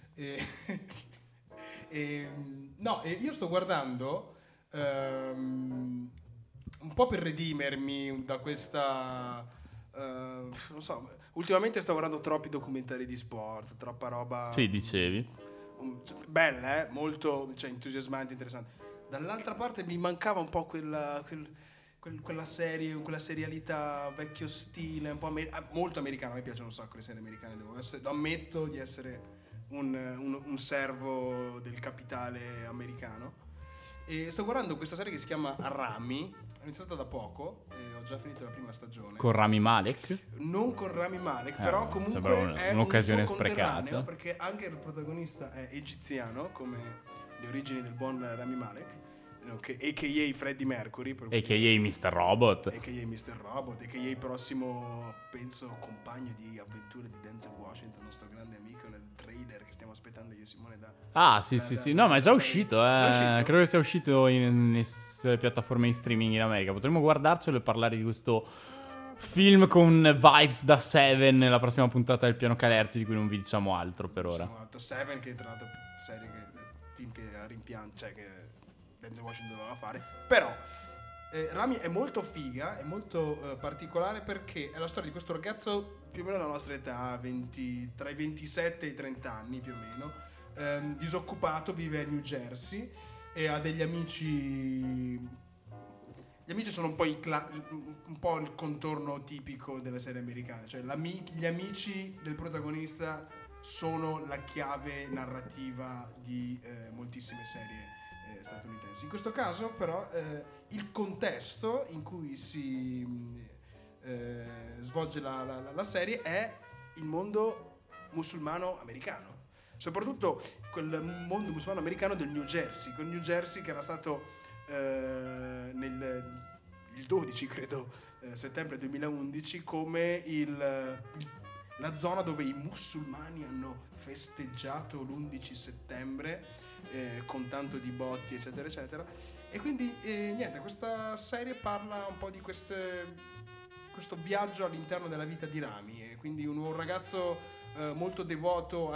No, io sto guardando un po' per redimermi da questa... non so, ultimamente sto guardando troppi documentari di sport, troppa roba...
Sì, dicevi.
Bella, molto, cioè, entusiasmante, interessante. Dall'altra parte mi mancava un po' quella serie, quella serialità vecchio stile, un po' molto americana. A me piacciono un sacco le serie americane, ammetto di essere un servo del capitale americano. E sto guardando questa serie che si chiama Rami, è iniziata da poco e ho già finito la prima stagione.
Con Rami Malek?
Non con Rami Malek, però comunque è
un'occasione
un suo
sprecata,
perché anche il protagonista è egiziano, come le origini del buon Rami Malek, a.k.a. Freddie Mercury,
a.k.a. Mr. Robot,
a.k.a. prossimo, penso, compagno di avventure di Denzel Washington, nostro grande amico, nel trailer che stiamo aspettando io e Simone
sì, no, ma è già uscito, credo che sia uscito nelle piattaforme in streaming in America. Potremmo guardarcelo e parlare di questo film con vibes da Seven, la prossima puntata del Piano Calerzi, di cui non vi diciamo altro per ora.
Seven, che tra l'altro film che cioè che Denzel Washington doveva fare. Però Rami è molto figa, è molto particolare, perché è la storia di questo ragazzo più o meno della nostra età, tra i 27 e i 30 anni più o meno, disoccupato, vive a New Jersey e ha degli amici. Gli amici sono un po' il contorno tipico delle serie americane, cioè gli amici del protagonista sono la chiave narrativa di moltissime serie statunitensi. In questo caso però il contesto in cui si svolge la serie è il mondo musulmano americano, soprattutto quel mondo musulmano americano del New Jersey, quel New Jersey che era stato il 12 credo settembre 2011 come la zona dove i musulmani hanno festeggiato l'11 settembre con tanto di botti eccetera eccetera. E quindi niente, questa serie parla un po' di questo viaggio all'interno della vita di Rami, e quindi un ragazzo molto devoto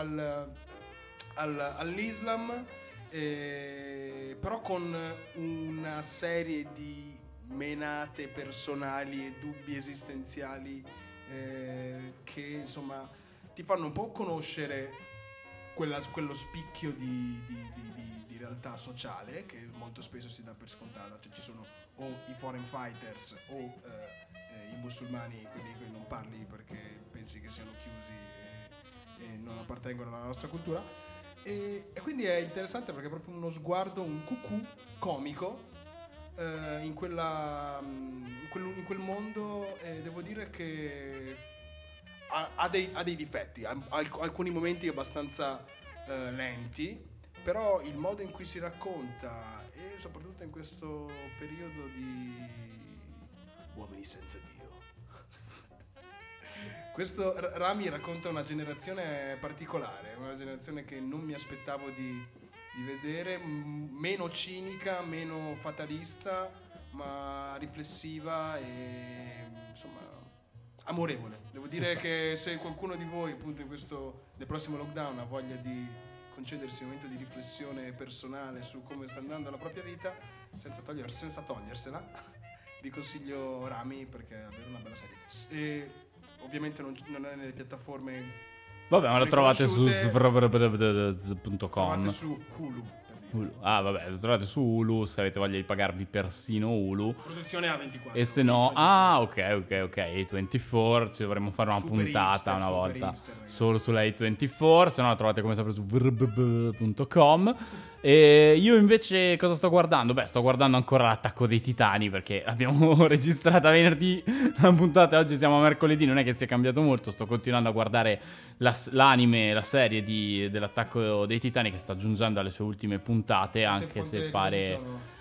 all'Islam, però con una serie di menate personali e dubbi esistenziali che insomma ti fanno un po' conoscere quello spicchio di realtà sociale che molto spesso si dà per scontata, cioè ci sono o i foreign fighters o i musulmani, quelli di cui non parli perché pensi che siano chiusi e non appartengono alla nostra cultura. E quindi è interessante perché è proprio uno sguardo, un cucù comico in quel mondo, e devo dire che ha dei difetti, ha alcuni momenti abbastanza lenti, però il modo in cui si racconta, e soprattutto in questo periodo di uomini senza Dio, questo Rami racconta una generazione particolare, una generazione che non mi aspettavo di vedere, meno cinica, meno fatalista, ma riflessiva e insomma amorevole. Devo dire che se qualcuno di voi appunto nel prossimo lockdown ha voglia di concedersi un momento di riflessione personale su come sta andando la propria vita senza togliersela, vi consiglio Rami, perché è davvero una bella serie. Ovviamente non è nelle piattaforme.
Vabbè, ma lo trovate su
trovate
.com.
su Hulu.
Ah, vabbè, lo trovate su Hulu se avete voglia di pagarvi persino Hulu.
Produzione A24.
E se no, ok, A24, ci dovremmo fare una
Super
puntata
hipster,
una
super
volta
hipster, ragazzi.
solo sulla A24, se no la trovate come sempre su vrbb.com. E io invece cosa sto guardando? Beh, sto guardando ancora l'Attacco dei Titani, perché l'abbiamo registrata venerdì la puntata, oggi siamo a mercoledì, non è che sia cambiato molto. Sto continuando a guardare l'anime, la serie dell'Attacco dei Titani, che sta giungendo alle sue ultime puntate, anche se pare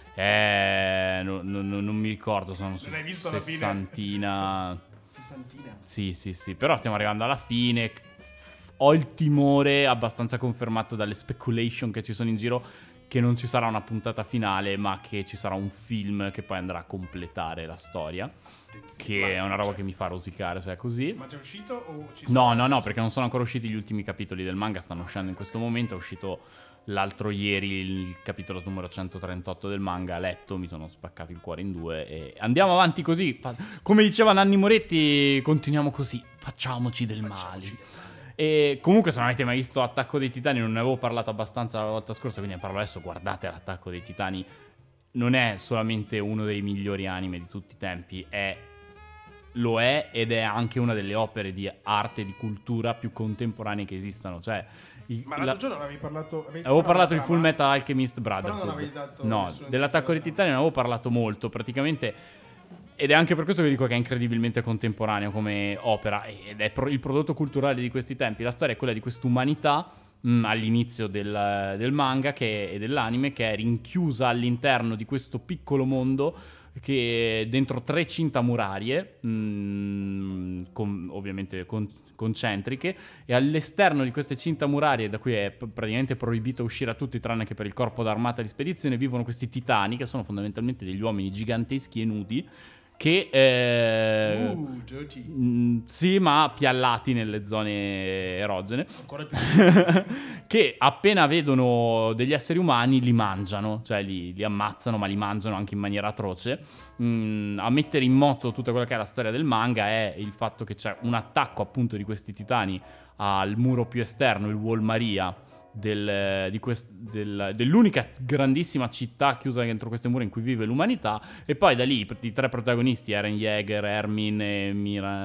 non mi ricordo, sono su sessantina. Sì, però stiamo arrivando alla fine. Ho il timore, abbastanza confermato dalle speculation che ci sono in giro, che non ci sarà una puntata finale, ma che ci sarà un film che poi andrà a completare la storia. Che è una roba che mi fa rosicare se è così.
Ma già uscito o ci
No, perché non sono ancora usciti gli ultimi capitoli del manga, stanno uscendo in questo momento. È uscito l'altro ieri il capitolo numero 138 del manga, letto, mi sono spaccato il cuore in due e andiamo avanti così. Come diceva Nanni Moretti, continuiamo così, facciamoci del male. E comunque, se non avete mai visto Attacco dei Titani, non ne avevo parlato abbastanza la volta scorsa, quindi ne parlo adesso. Guardate l'Attacco dei Titani, non è solamente uno dei migliori anime di tutti i tempi, lo è ed è anche una delle opere di arte e di cultura più contemporanee che esistano. Cioè,
ma l'altro giorno non avevi parlato.
Avevo parlato di Full Metal Alchemist Brotherhood.
Però non avevi dato
no, dell'Attacco dei Titani non avevo parlato molto, praticamente. Ed è anche per questo che dico che è incredibilmente contemporaneo come opera, ed è il prodotto culturale di questi tempi. La storia è quella di quest'umanità all'inizio del manga e dell'anime, che è rinchiusa all'interno di questo piccolo mondo, che dentro 3 cinta murarie, ovviamente concentriche, e all'esterno di queste cinta murarie, da cui è praticamente proibito uscire a tutti tranne che per il corpo d'armata di spedizione, vivono questi titani, che sono fondamentalmente degli uomini giganteschi e nudi, che sì, ma piallati nelle zone erogene,
Ancora più.
che appena vedono degli esseri umani li mangiano, cioè li ammazzano, ma li mangiano anche in maniera atroce. A mettere in moto tutta quella che è la storia del manga è il fatto che c'è un attacco appunto di questi titani al muro più esterno, il Wall Maria, dell'unica grandissima città chiusa dentro queste mura in cui vive l'umanità, e poi da lì i tre protagonisti, Eren Yeager, Ermin e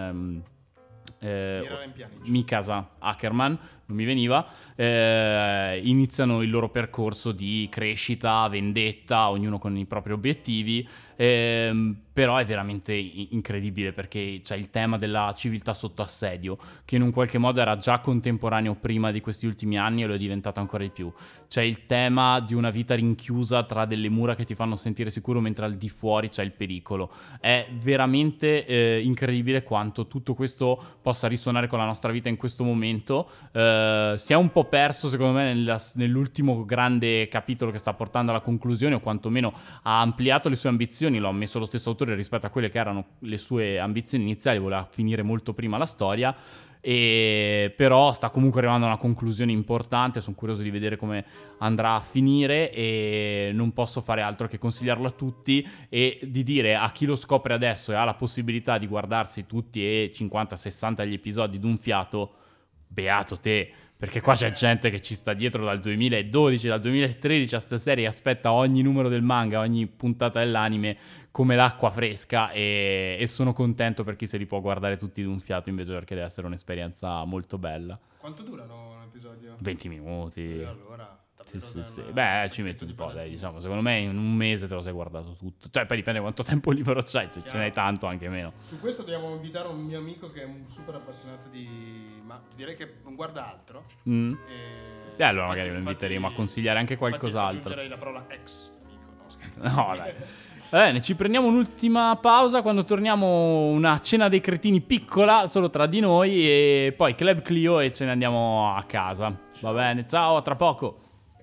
Mikasa Ackerman, non mi veniva, iniziano il loro percorso di crescita, vendetta, ognuno con i propri obiettivi, però è veramente incredibile perché c'è il tema della civiltà sotto assedio, che in un qualche modo era già contemporaneo prima di questi ultimi anni e lo è diventato ancora di più. C'è il tema di una vita rinchiusa tra delle mura che ti fanno sentire sicuro mentre al di fuori c'è il pericolo. È veramente incredibile quanto tutto questo possa risuonare con la nostra vita in questo momento. Si è un po' perso secondo me nell'ultimo grande capitolo che sta portando alla conclusione, o quantomeno ha ampliato le sue ambizioni, lo ha ammesso lo stesso autore rispetto a quelle che erano le sue ambizioni iniziali, voleva finire molto prima la storia, e però sta comunque arrivando a una conclusione importante. Sono curioso di vedere come andrà a finire e non posso fare altro che consigliarlo a tutti e di dire a chi lo scopre adesso e ha la possibilità di guardarsi tutti e 50-60 gli episodi d'un fiato, beato te, perché qua c'è gente che ci sta dietro dal 2012, dal 2013 a sta serie, aspetta ogni numero del manga, ogni puntata dell'anime come l'acqua fresca, e sono contento per chi se li può guardare tutti d'un fiato, invece, perché deve essere un'esperienza molto bella.
Quanto durano un episodio?
20 minuti.
Allora,
sì. Beh, ci metto un po', dai, diciamo. Secondo me in un mese te lo sei guardato tutto. Cioè, poi dipende quanto tempo libero c'hai, se ce n'hai tanto anche meno.
Su questo dobbiamo invitare un mio amico che è un super appassionato ma direi che non guarda altro.
Allora magari lo inviteremo a consigliare anche qualcos'altro.
Aggiungerei la parola ex amico, no scherzo.
No, dai. Bene, ci prendiamo un'ultima pausa. Quando torniamo, una cena dei cretini piccola, solo tra di noi, e poi Club Clio e ce ne andiamo a casa. Va bene, ciao, a tra poco.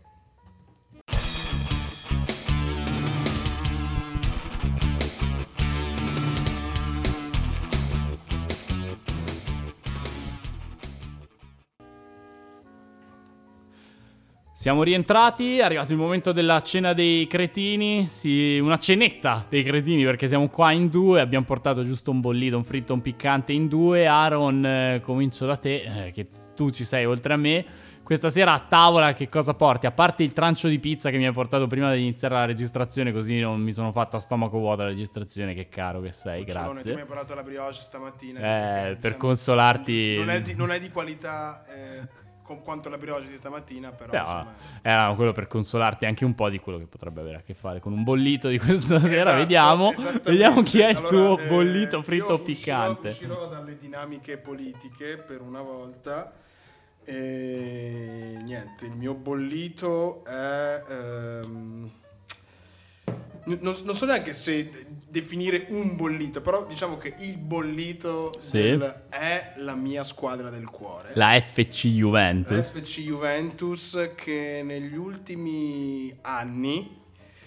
Siamo rientrati, è arrivato il momento della cena dei cretini, sì, una cenetta dei cretini, perché siamo qua in due, abbiamo portato giusto un bollito, un fritto, un piccante in due. Aaron, comincio da te, che tu ci sei oltre a me. Questa sera a tavola che cosa porti? A parte il trancio di pizza che mi hai portato prima di iniziare la registrazione, così non mi sono fatto a stomaco vuoto la registrazione, che caro che sei, grazie.
Tu mi hai portato la brioche stamattina.
Per consolarti...
Non è di qualità... con quanto la brioche di stamattina, però insomma...
Era quello per consolarti anche un po' di quello che potrebbe avere a che fare con un bollito di questa sera. Vediamo chi è il tuo bollito fritto piccante.
Uscirò dalle dinamiche politiche per una volta. E niente, il mio bollito è... Non so neanche se definire un bollito, però diciamo che il bollito è la mia squadra del cuore.
La FC Juventus.
La FC Juventus, che negli ultimi anni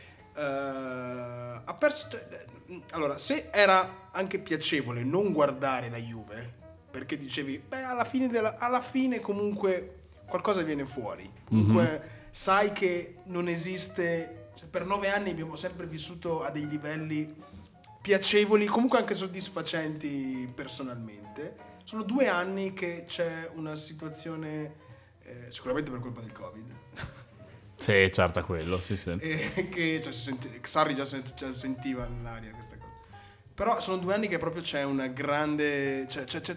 ha perso... Allora, se era anche piacevole non guardare la Juve, perché dicevi, alla fine comunque qualcosa viene fuori. Comunque sai che non esiste... Cioè, per 9 anni abbiamo sempre vissuto a dei livelli piacevoli, comunque anche soddisfacenti personalmente. Sono 2 anni che c'è una situazione, sicuramente per colpa del Covid.
Sì, certo, quello, sì.
Che Sarri già sentiva nell'aria questa cosa. Però sono 2 anni che proprio c'è una grande...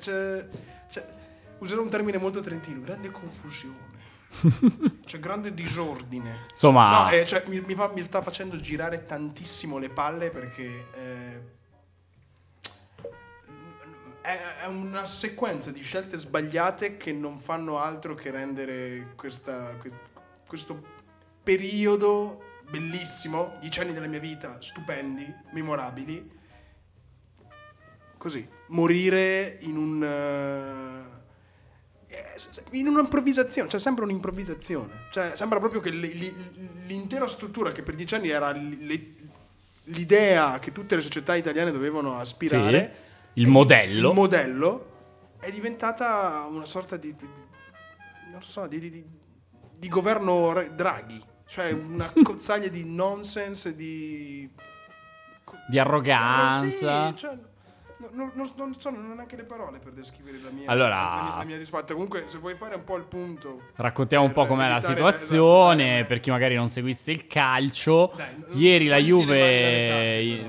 userò un termine molto trentino, grande confusione. C'è grande disordine.
Insomma,
mi sta facendo girare tantissimo le palle, perché è una sequenza di scelte sbagliate che non fanno altro che rendere questo periodo bellissimo, 10 anni della mia vita stupendi, memorabili, così morire in un'improvvisazione, cioè sembra un'improvvisazione, cioè sembra proprio che l'intera struttura che per 10 anni era l'idea che tutte le società italiane dovevano aspirare,
il modello è diventata una sorta di non so, di governo Draghi, cioè una cozzaglia di nonsense, di arroganza.
Sì, cioè, non so neanche le parole per descrivere la mia disfatta. Comunque, se vuoi fare un po' il punto,
raccontiamo un po' com'è la situazione, esatto, per chi magari non seguisse il calcio. Ieri la Juve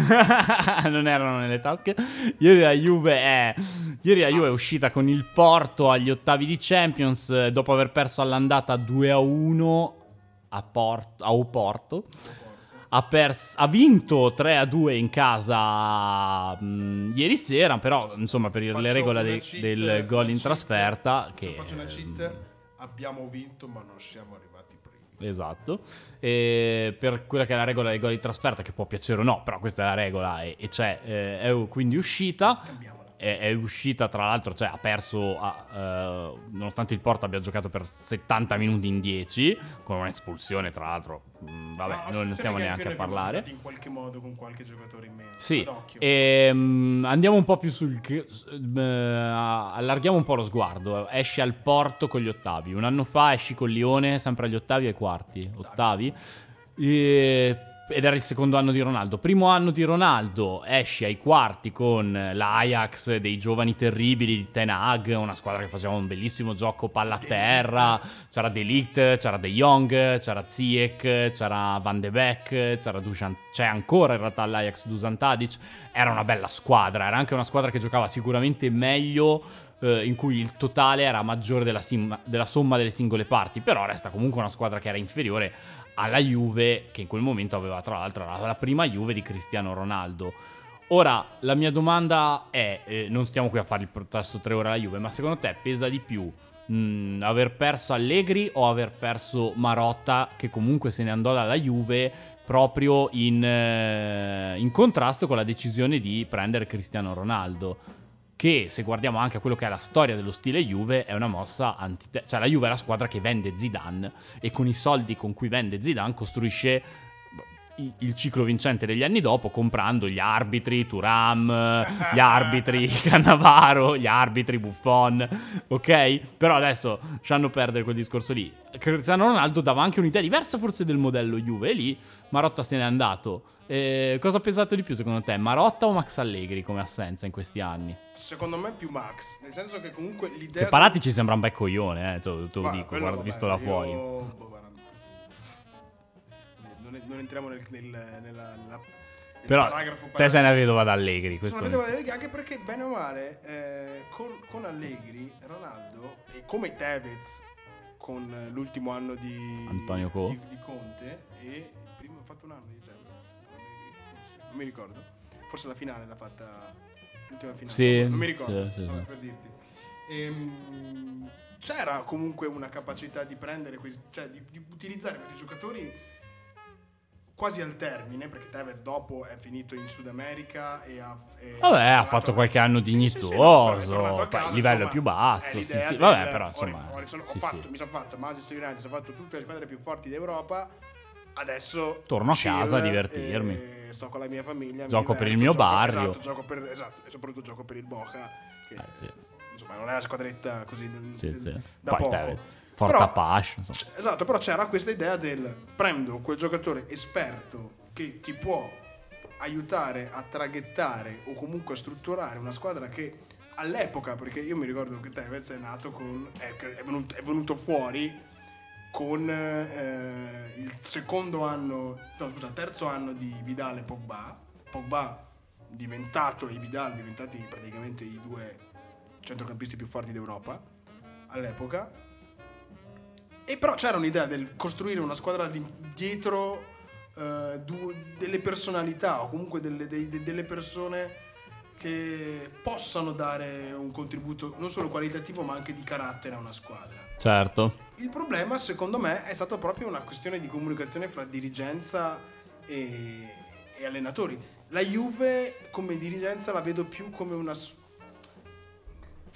non erano nelle tasche. Ieri la Juve è uscita con il Porto agli ottavi di Champions dopo aver perso all'andata 2-1 a Porto. Ha vinto 3-2 in casa ieri sera, però insomma per le regole del gol in trasferta
faccio una cheat, abbiamo vinto ma non siamo arrivati primi.
Esatto, e per quella che è la regola del gol in trasferta, che può piacere o no, però questa è la regola e c'è, è quindi uscita. È uscita, tra l'altro, cioè ha perso nonostante il Porto abbia giocato per 70 minuti in 10 con un'espulsione, tra l'altro non stiamo neanche a parlare,
in qualche modo con qualche giocatore in meno.
Sì, e andiamo un po' più allarghiamo un po' lo sguardo. Esci al Porto con gli ottavi, un anno fa esci con Lione sempre agli ottavi e ai quarti, ottavi, ed era il secondo anno di Ronaldo. Primo anno di Ronaldo, esci ai quarti con l'Ajax dei giovani terribili di Ten Hag, una squadra che faceva un bellissimo gioco palla a terra. C'era De Ligt, c'era De Jong, c'era Ziyech, c'era Van de Beek, c'era Dusan, c'è ancora in realtà l'Ajax Dusan Tadic. Era una bella squadra, era anche una squadra che giocava sicuramente meglio, in cui il totale era maggiore della somma delle singole parti, però resta comunque una squadra che era inferiore alla Juve, che in quel momento aveva tra l'altro la prima Juve di Cristiano Ronaldo. Ora, la mia domanda è, non stiamo qui a fare il processo 3 ore alla Juve, ma secondo te pesa di più aver perso Allegri o aver perso Marotta, che comunque se ne andò dalla Juve proprio in contrasto con la decisione di prendere Cristiano Ronaldo? Che, se guardiamo anche a quello che è la storia dello stile Juve, è una mossa cioè la Juve è la squadra che vende Zidane, e con i soldi con cui vende Zidane costruisce il ciclo vincente degli anni dopo, comprando gli arbitri Thuram, gli arbitri Cannavaro, gli arbitri Buffon, ok? Però adesso lasciando perdere quel discorso lì, Cristiano Ronaldo dava anche un'idea diversa forse del modello Juve, e lì Marotta se n'è andato. Cosa ha pesato di più secondo te, Marotta o Max Allegri come assenza in questi anni?
Secondo me più Max, nel senso che comunque l'idea
che Parati ci sembra un bel coglione, te lo dico, guarda, visto da fuori.
Non entriamo nel
però
paragrafo.
Te sei una vedova da Allegri.
Sono una vedova da Allegri, anche perché bene o male con Allegri, Ronaldo, e come Tevez con l'ultimo anno di
Antonio
di Conte, e prima ha fatto un anno di Tevez, non mi ricordo, forse la finale l'ha fatta, l'ultima finale,
sì,
non mi ricordo,
sì.
per dirti. C'era comunque una capacità di prendere cioè di utilizzare questi giocatori quasi al termine, perché Tevez dopo è finito in Sud America e
ha fatto qualche anno dignitoso, il livello è più basso, vabbè, però insomma
mi sono fatto Manchester United, ho fatto tutte le squadre più forti d'Europa, adesso
torno a casa a divertirmi,
sto con la mia famiglia,
gioco per il mio barrio,
esatto, e soprattutto gioco per il Boca, che insomma non è una squadretta così da
poi
poco.
Tevez Forta Pash,
esatto, però c'era questa idea del prendo quel giocatore esperto che ti può aiutare a traghettare o comunque a strutturare una squadra che all'epoca, perché io mi ricordo che Tevez è nato è venuto fuori con il terzo anno di Vidal e Pogba diventato, e Vidal diventati praticamente i due centrocampisti più forti d'Europa all'epoca. E però c'era un'idea del costruire una squadra dietro delle personalità, o comunque delle persone che possano dare un contributo non solo qualitativo ma anche di carattere a una squadra.
Certo.
Il problema secondo me è stato proprio una questione di comunicazione fra dirigenza e allenatori. La Juve come dirigenza la vedo più come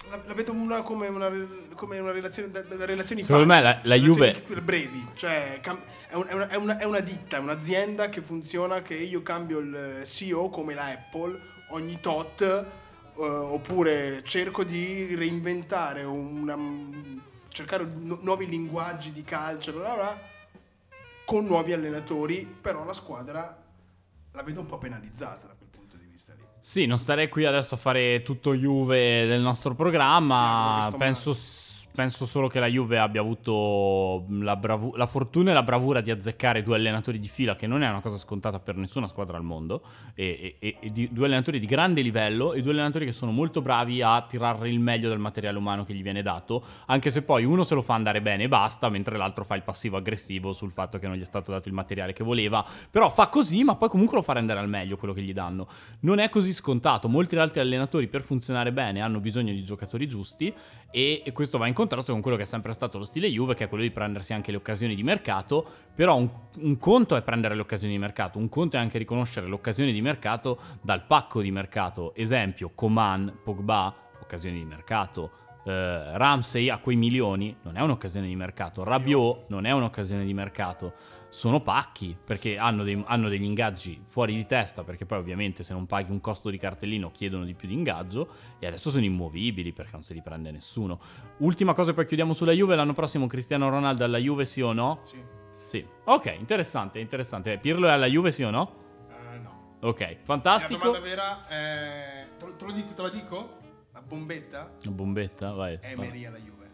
La vedo come una relazione da relazioni
Secondo me
facili,
la Juve
brevi, cioè è una ditta, è un'azienda che funziona, che io cambio il CEO come la Apple ogni tot, oppure cerco di reinventare cercare nuovi linguaggi di calcio, bla bla bla, con nuovi allenatori, però la squadra la vedo un po' penalizzata da quel punto di vista lì.
Sì, non starei qui adesso a fare tutto Juve del nostro programma. Penso solo che la Juve abbia avuto la fortuna e la bravura di azzeccare 2 allenatori di fila, che non è una cosa scontata per nessuna squadra al mondo, e 2 allenatori di grande livello e 2 allenatori che sono molto bravi a tirare il meglio del materiale umano che gli viene dato, anche se poi uno se lo fa andare bene e basta, mentre l'altro fa il passivo aggressivo sul fatto che non gli è stato dato il materiale che voleva. Però fa così, ma poi comunque lo fa rendere al meglio quello che gli danno. Non è così scontato. Molti altri allenatori, per funzionare bene, hanno bisogno di giocatori giusti, e questo va in contrasto con quello che è sempre stato lo stile Juve, che è quello di prendersi anche le occasioni di mercato. Però un conto è prendere le occasioni di mercato, un conto è anche riconoscere l'occasione di mercato dal pacco di mercato. Esempio, Coman, Pogba, occasioni di mercato. Ramsey a quei milioni non è un'occasione di mercato. Rabiot non è un'occasione di mercato. Sono pacchi, perché hanno degli ingaggi fuori di testa, perché poi ovviamente se non paghi un costo di cartellino chiedono di più di ingaggio, e adesso sono immovibili perché non se li prende nessuno. Ultima cosa, poi chiudiamo sulla Juve: l'anno prossimo Cristiano Ronaldo alla Juve, sì o no?
Sì.
Ok, interessante. Pirlo è alla Juve, sì o no?
No.
Ok, fantastico.
La domanda vera è... Te lo dico? La bombetta?
La bombetta? Vai.
Emery alla Juve.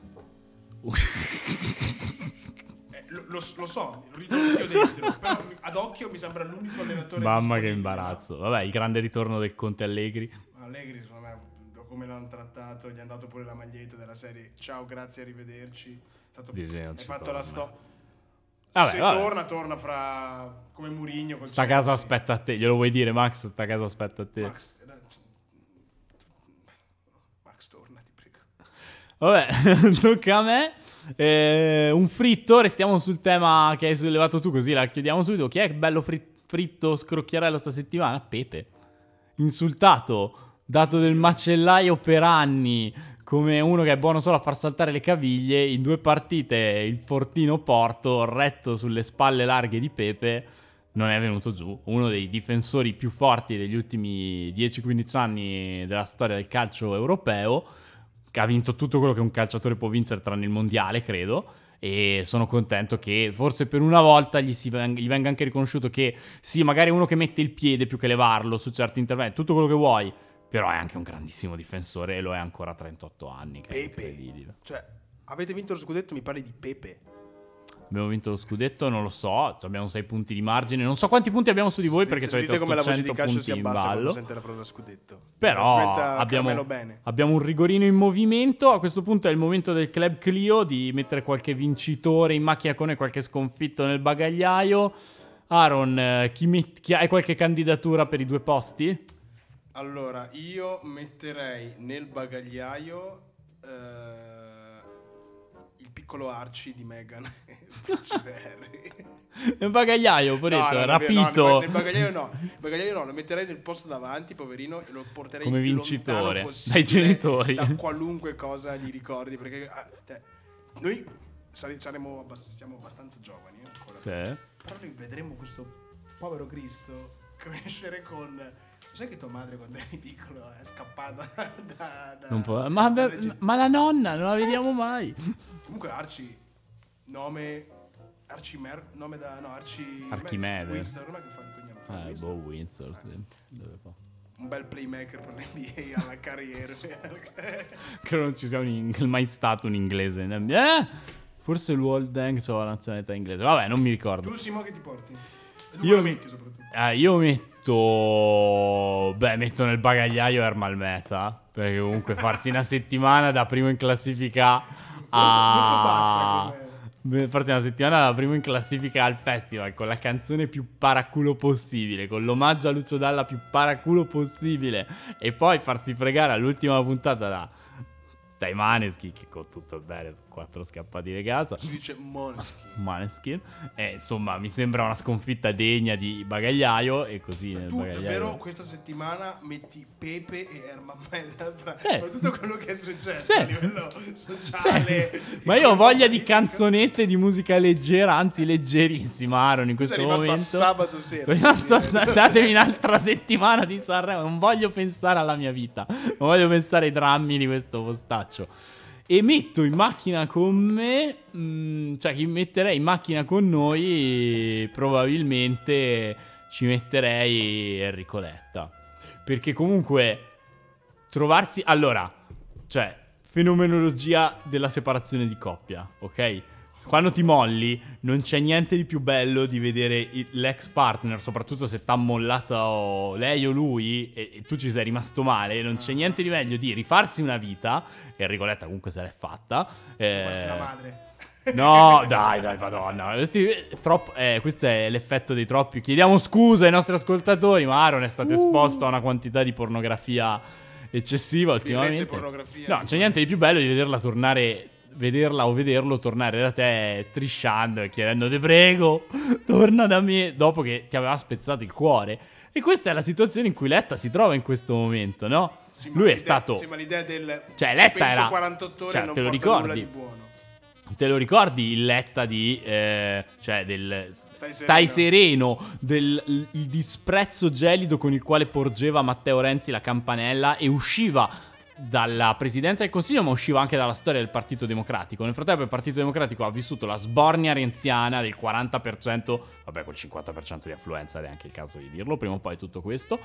Lo so, rido io dentro, però ad occhio mi sembra l'unico allenatore.
Mamma che imbarazzo. Vabbè, il grande ritorno del Conte Allegri.
Allegri, secondo me, come l'hanno trattato, gli hanno dato pure la maglietta della serie ciao, grazie, arrivederci. Hai fatto la storia. Se torna fra come Mourinho.
Sta casa aspetta a te, glielo vuoi dire, Max? Sta casa aspetta a te.
Max, torna, ti prego.
Vabbè, tocca a me. Un fritto, restiamo sul tema che hai sollevato tu, così la chiudiamo subito. Chi è bello fritto scrocchiarello sta settimana? Pepe. Insultato, dato del macellaio per anni come uno che è buono solo a far saltare le caviglie. In 2 partite il fortino Porto, retto sulle spalle larghe di Pepe, non è venuto giù. Uno dei difensori più forti degli ultimi 10-15 anni della storia del calcio europeo, che ha vinto tutto quello che un calciatore può vincere tranne il mondiale, credo. E sono contento che forse per una volta gli venga anche riconosciuto che sì, magari è uno che mette il piede più che levarlo su certi interventi, tutto quello che vuoi, però è anche un grandissimo difensore, e lo è ancora a 38 anni, che
Pepe.
È incredibile.
Cioè, avete vinto lo scudetto, mi parli di Pepe?
Abbiamo vinto lo scudetto, non lo so, abbiamo 6 punti di margine, non so quanti punti abbiamo su di voi, perché avete 800
come la voce di calcio
punti
si
in
abbassa quando
ballo.
sente la parola scudetto.
Però abbiamo un rigorino in movimento. A questo punto è il momento del Club Clio di mettere qualche vincitore in macchina con qualche sconfitto nel bagagliaio. Aaron, hai qualche candidatura per i 2 posti?
Allora, io metterei nel bagagliaio il piccolo Archie di Meghan.
Nel bagagliaio, poi detto, rapito.
No, nel bagagliaio no. Il bagagliaio no, lo metterei nel posto davanti, poverino, e lo porterei
come
più
vincitore
dai
genitori,
da qualunque cosa gli ricordi, perché noi siamo abbastanza giovani ancora.
Sì.
Però noi vedremo questo povero Cristo crescere con... Sai che tua madre quando eri piccolo è scappata
ma la nonna non la vediamo mai.
Comunque Archie,
Archimede.
Windsor, non è che fa di cognome?
Windsor, sì.
Un bel playmaker per l'NBA alla carriera.
Credo non ci sia mai stato un inglese in NBA. Forse il Wolfgang c'ha la nazionalità inglese. Vabbè, non mi ricordo.
Tu, Simo, che ti porti?
Io
lo metti soprattutto.
Io metto nel bagagliaio Ermal Meta, perché comunque farsi una settimana da primo in classifica
molto bassa come...
farsi una settimana da primo in classifica al festival con la canzone più paraculo possibile, con l'omaggio a Lucio Dalla più paraculo possibile, e poi farsi fregare all'ultima puntata dai Maneskin, che con tutto il bene 4 scappati di casa.
Si dice
Måneskin. Insomma, mi sembra una sconfitta degna di Bagagliaio, e così nel
tu
Bagagliaio.
davvero questa settimana metti Pepe e Herman per tutto quello che è successo
Sì.
a livello sociale.
Sì. Ma io ho voglia di canzonette di musica leggera, anzi leggerissima, Aaron, in questo
Sei rimasto
momento.
a sabato sera.
Sono rimasto datemi un'altra settimana di Sanremo, non voglio pensare alla mia vita, non voglio pensare ai drammi di questo postaccio. E metto in macchina con me, cioè chi metterei in macchina con noi, probabilmente ci metterei Enrico Letta. Perché comunque trovarsi... Allora, cioè, fenomenologia della separazione di coppia, ok? Quando ti molli non c'è niente di più bello di vedere l'ex partner, soprattutto se t'ha mollato lei o lui e tu ci sei rimasto male, non c'è niente di meglio di rifarsi una vita, e Enrico Letta comunque se l'è fatta.
Farsi la madre.
No, dai, madonna. Questo è l'effetto dei troppi. Chiediamo scusa ai nostri ascoltatori, ma Aaron è stato esposto a una quantità di pornografia eccessiva ultimamente.
Pornografia.
No, c'è niente di più bello di vederla o vederlo tornare da te strisciando e chiedendo te prego, torna da me, dopo che ti aveva spezzato il cuore. E questa è la situazione in cui Letta si trova in questo momento, no?
Sì,
Lui è stato...
Sì, ma l'idea del...
Cioè, Letta
penso
era...
48 ore
cioè,
non
te lo
porta nulla
ricordi?
di buono.
Te lo ricordi il Letta di cioè del
Stai
sereno, il disprezzo gelido con il quale porgeva Matteo Renzi la campanella e usciva dalla presidenza del Consiglio, ma usciva anche dalla storia del Partito Democratico. Nel frattempo il Partito Democratico ha vissuto la sbornia renziana del 40%, vabbè, col 50% di affluenza, è anche il caso di dirlo, prima o poi tutto questo,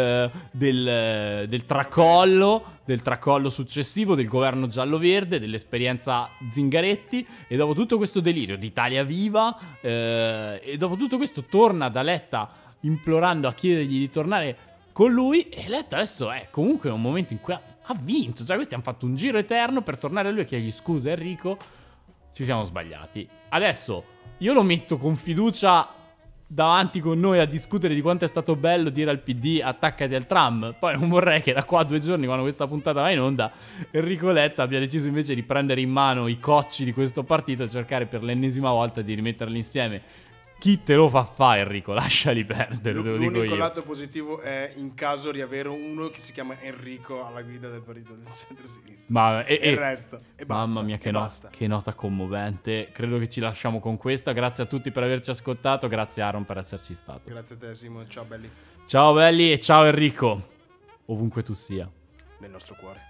del tracollo successivo, del governo giallo-verde, dell'esperienza Zingaretti, e dopo tutto questo delirio d'Italia Viva, e dopo tutto questo torna da Letta implorando a chiedergli di tornare con lui, e Letta adesso è comunque un momento in cui ha vinto. Cioè, questi hanno fatto un giro eterno per tornare a lui e chiedergli scusa Enrico, ci siamo sbagliati. Adesso io lo metto con fiducia davanti con noi a discutere di quanto è stato bello dire al PD attaccati al tram. Poi non vorrei che da qua a 2 giorni, quando questa puntata va in onda, Enrico Letta abbia deciso invece di prendere in mano i cocci di questo partito e cercare per l'ennesima volta di rimetterli insieme. Chi te lo fa fare, Enrico? Lasciali perdere, te lo dico io.
L'unico lato positivo è in caso riavere uno che si chiama Enrico alla guida del partito del centro-sinistra. Il resto. E basta.
Mamma mia, che nota commovente. Credo che ci lasciamo con questa. Grazie a tutti per averci ascoltato. Grazie Aaron per esserci stato.
Grazie a te, Simo. Ciao belli.
Ciao belli e ciao Enrico. Ovunque tu sia.
Nel nostro cuore.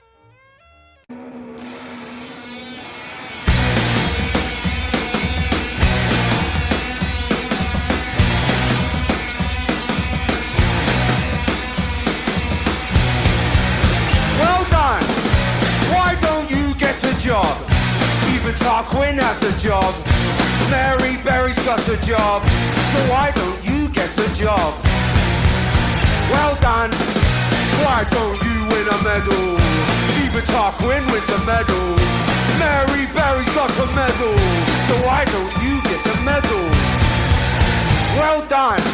Job. Even Tarquin has a job. Mary Berry's got a job. So why don't you get a job? Well done. Why don't you win a medal? Even Tarquin wins a medal. Mary Berry's got a medal. So why don't you get a medal? Well done.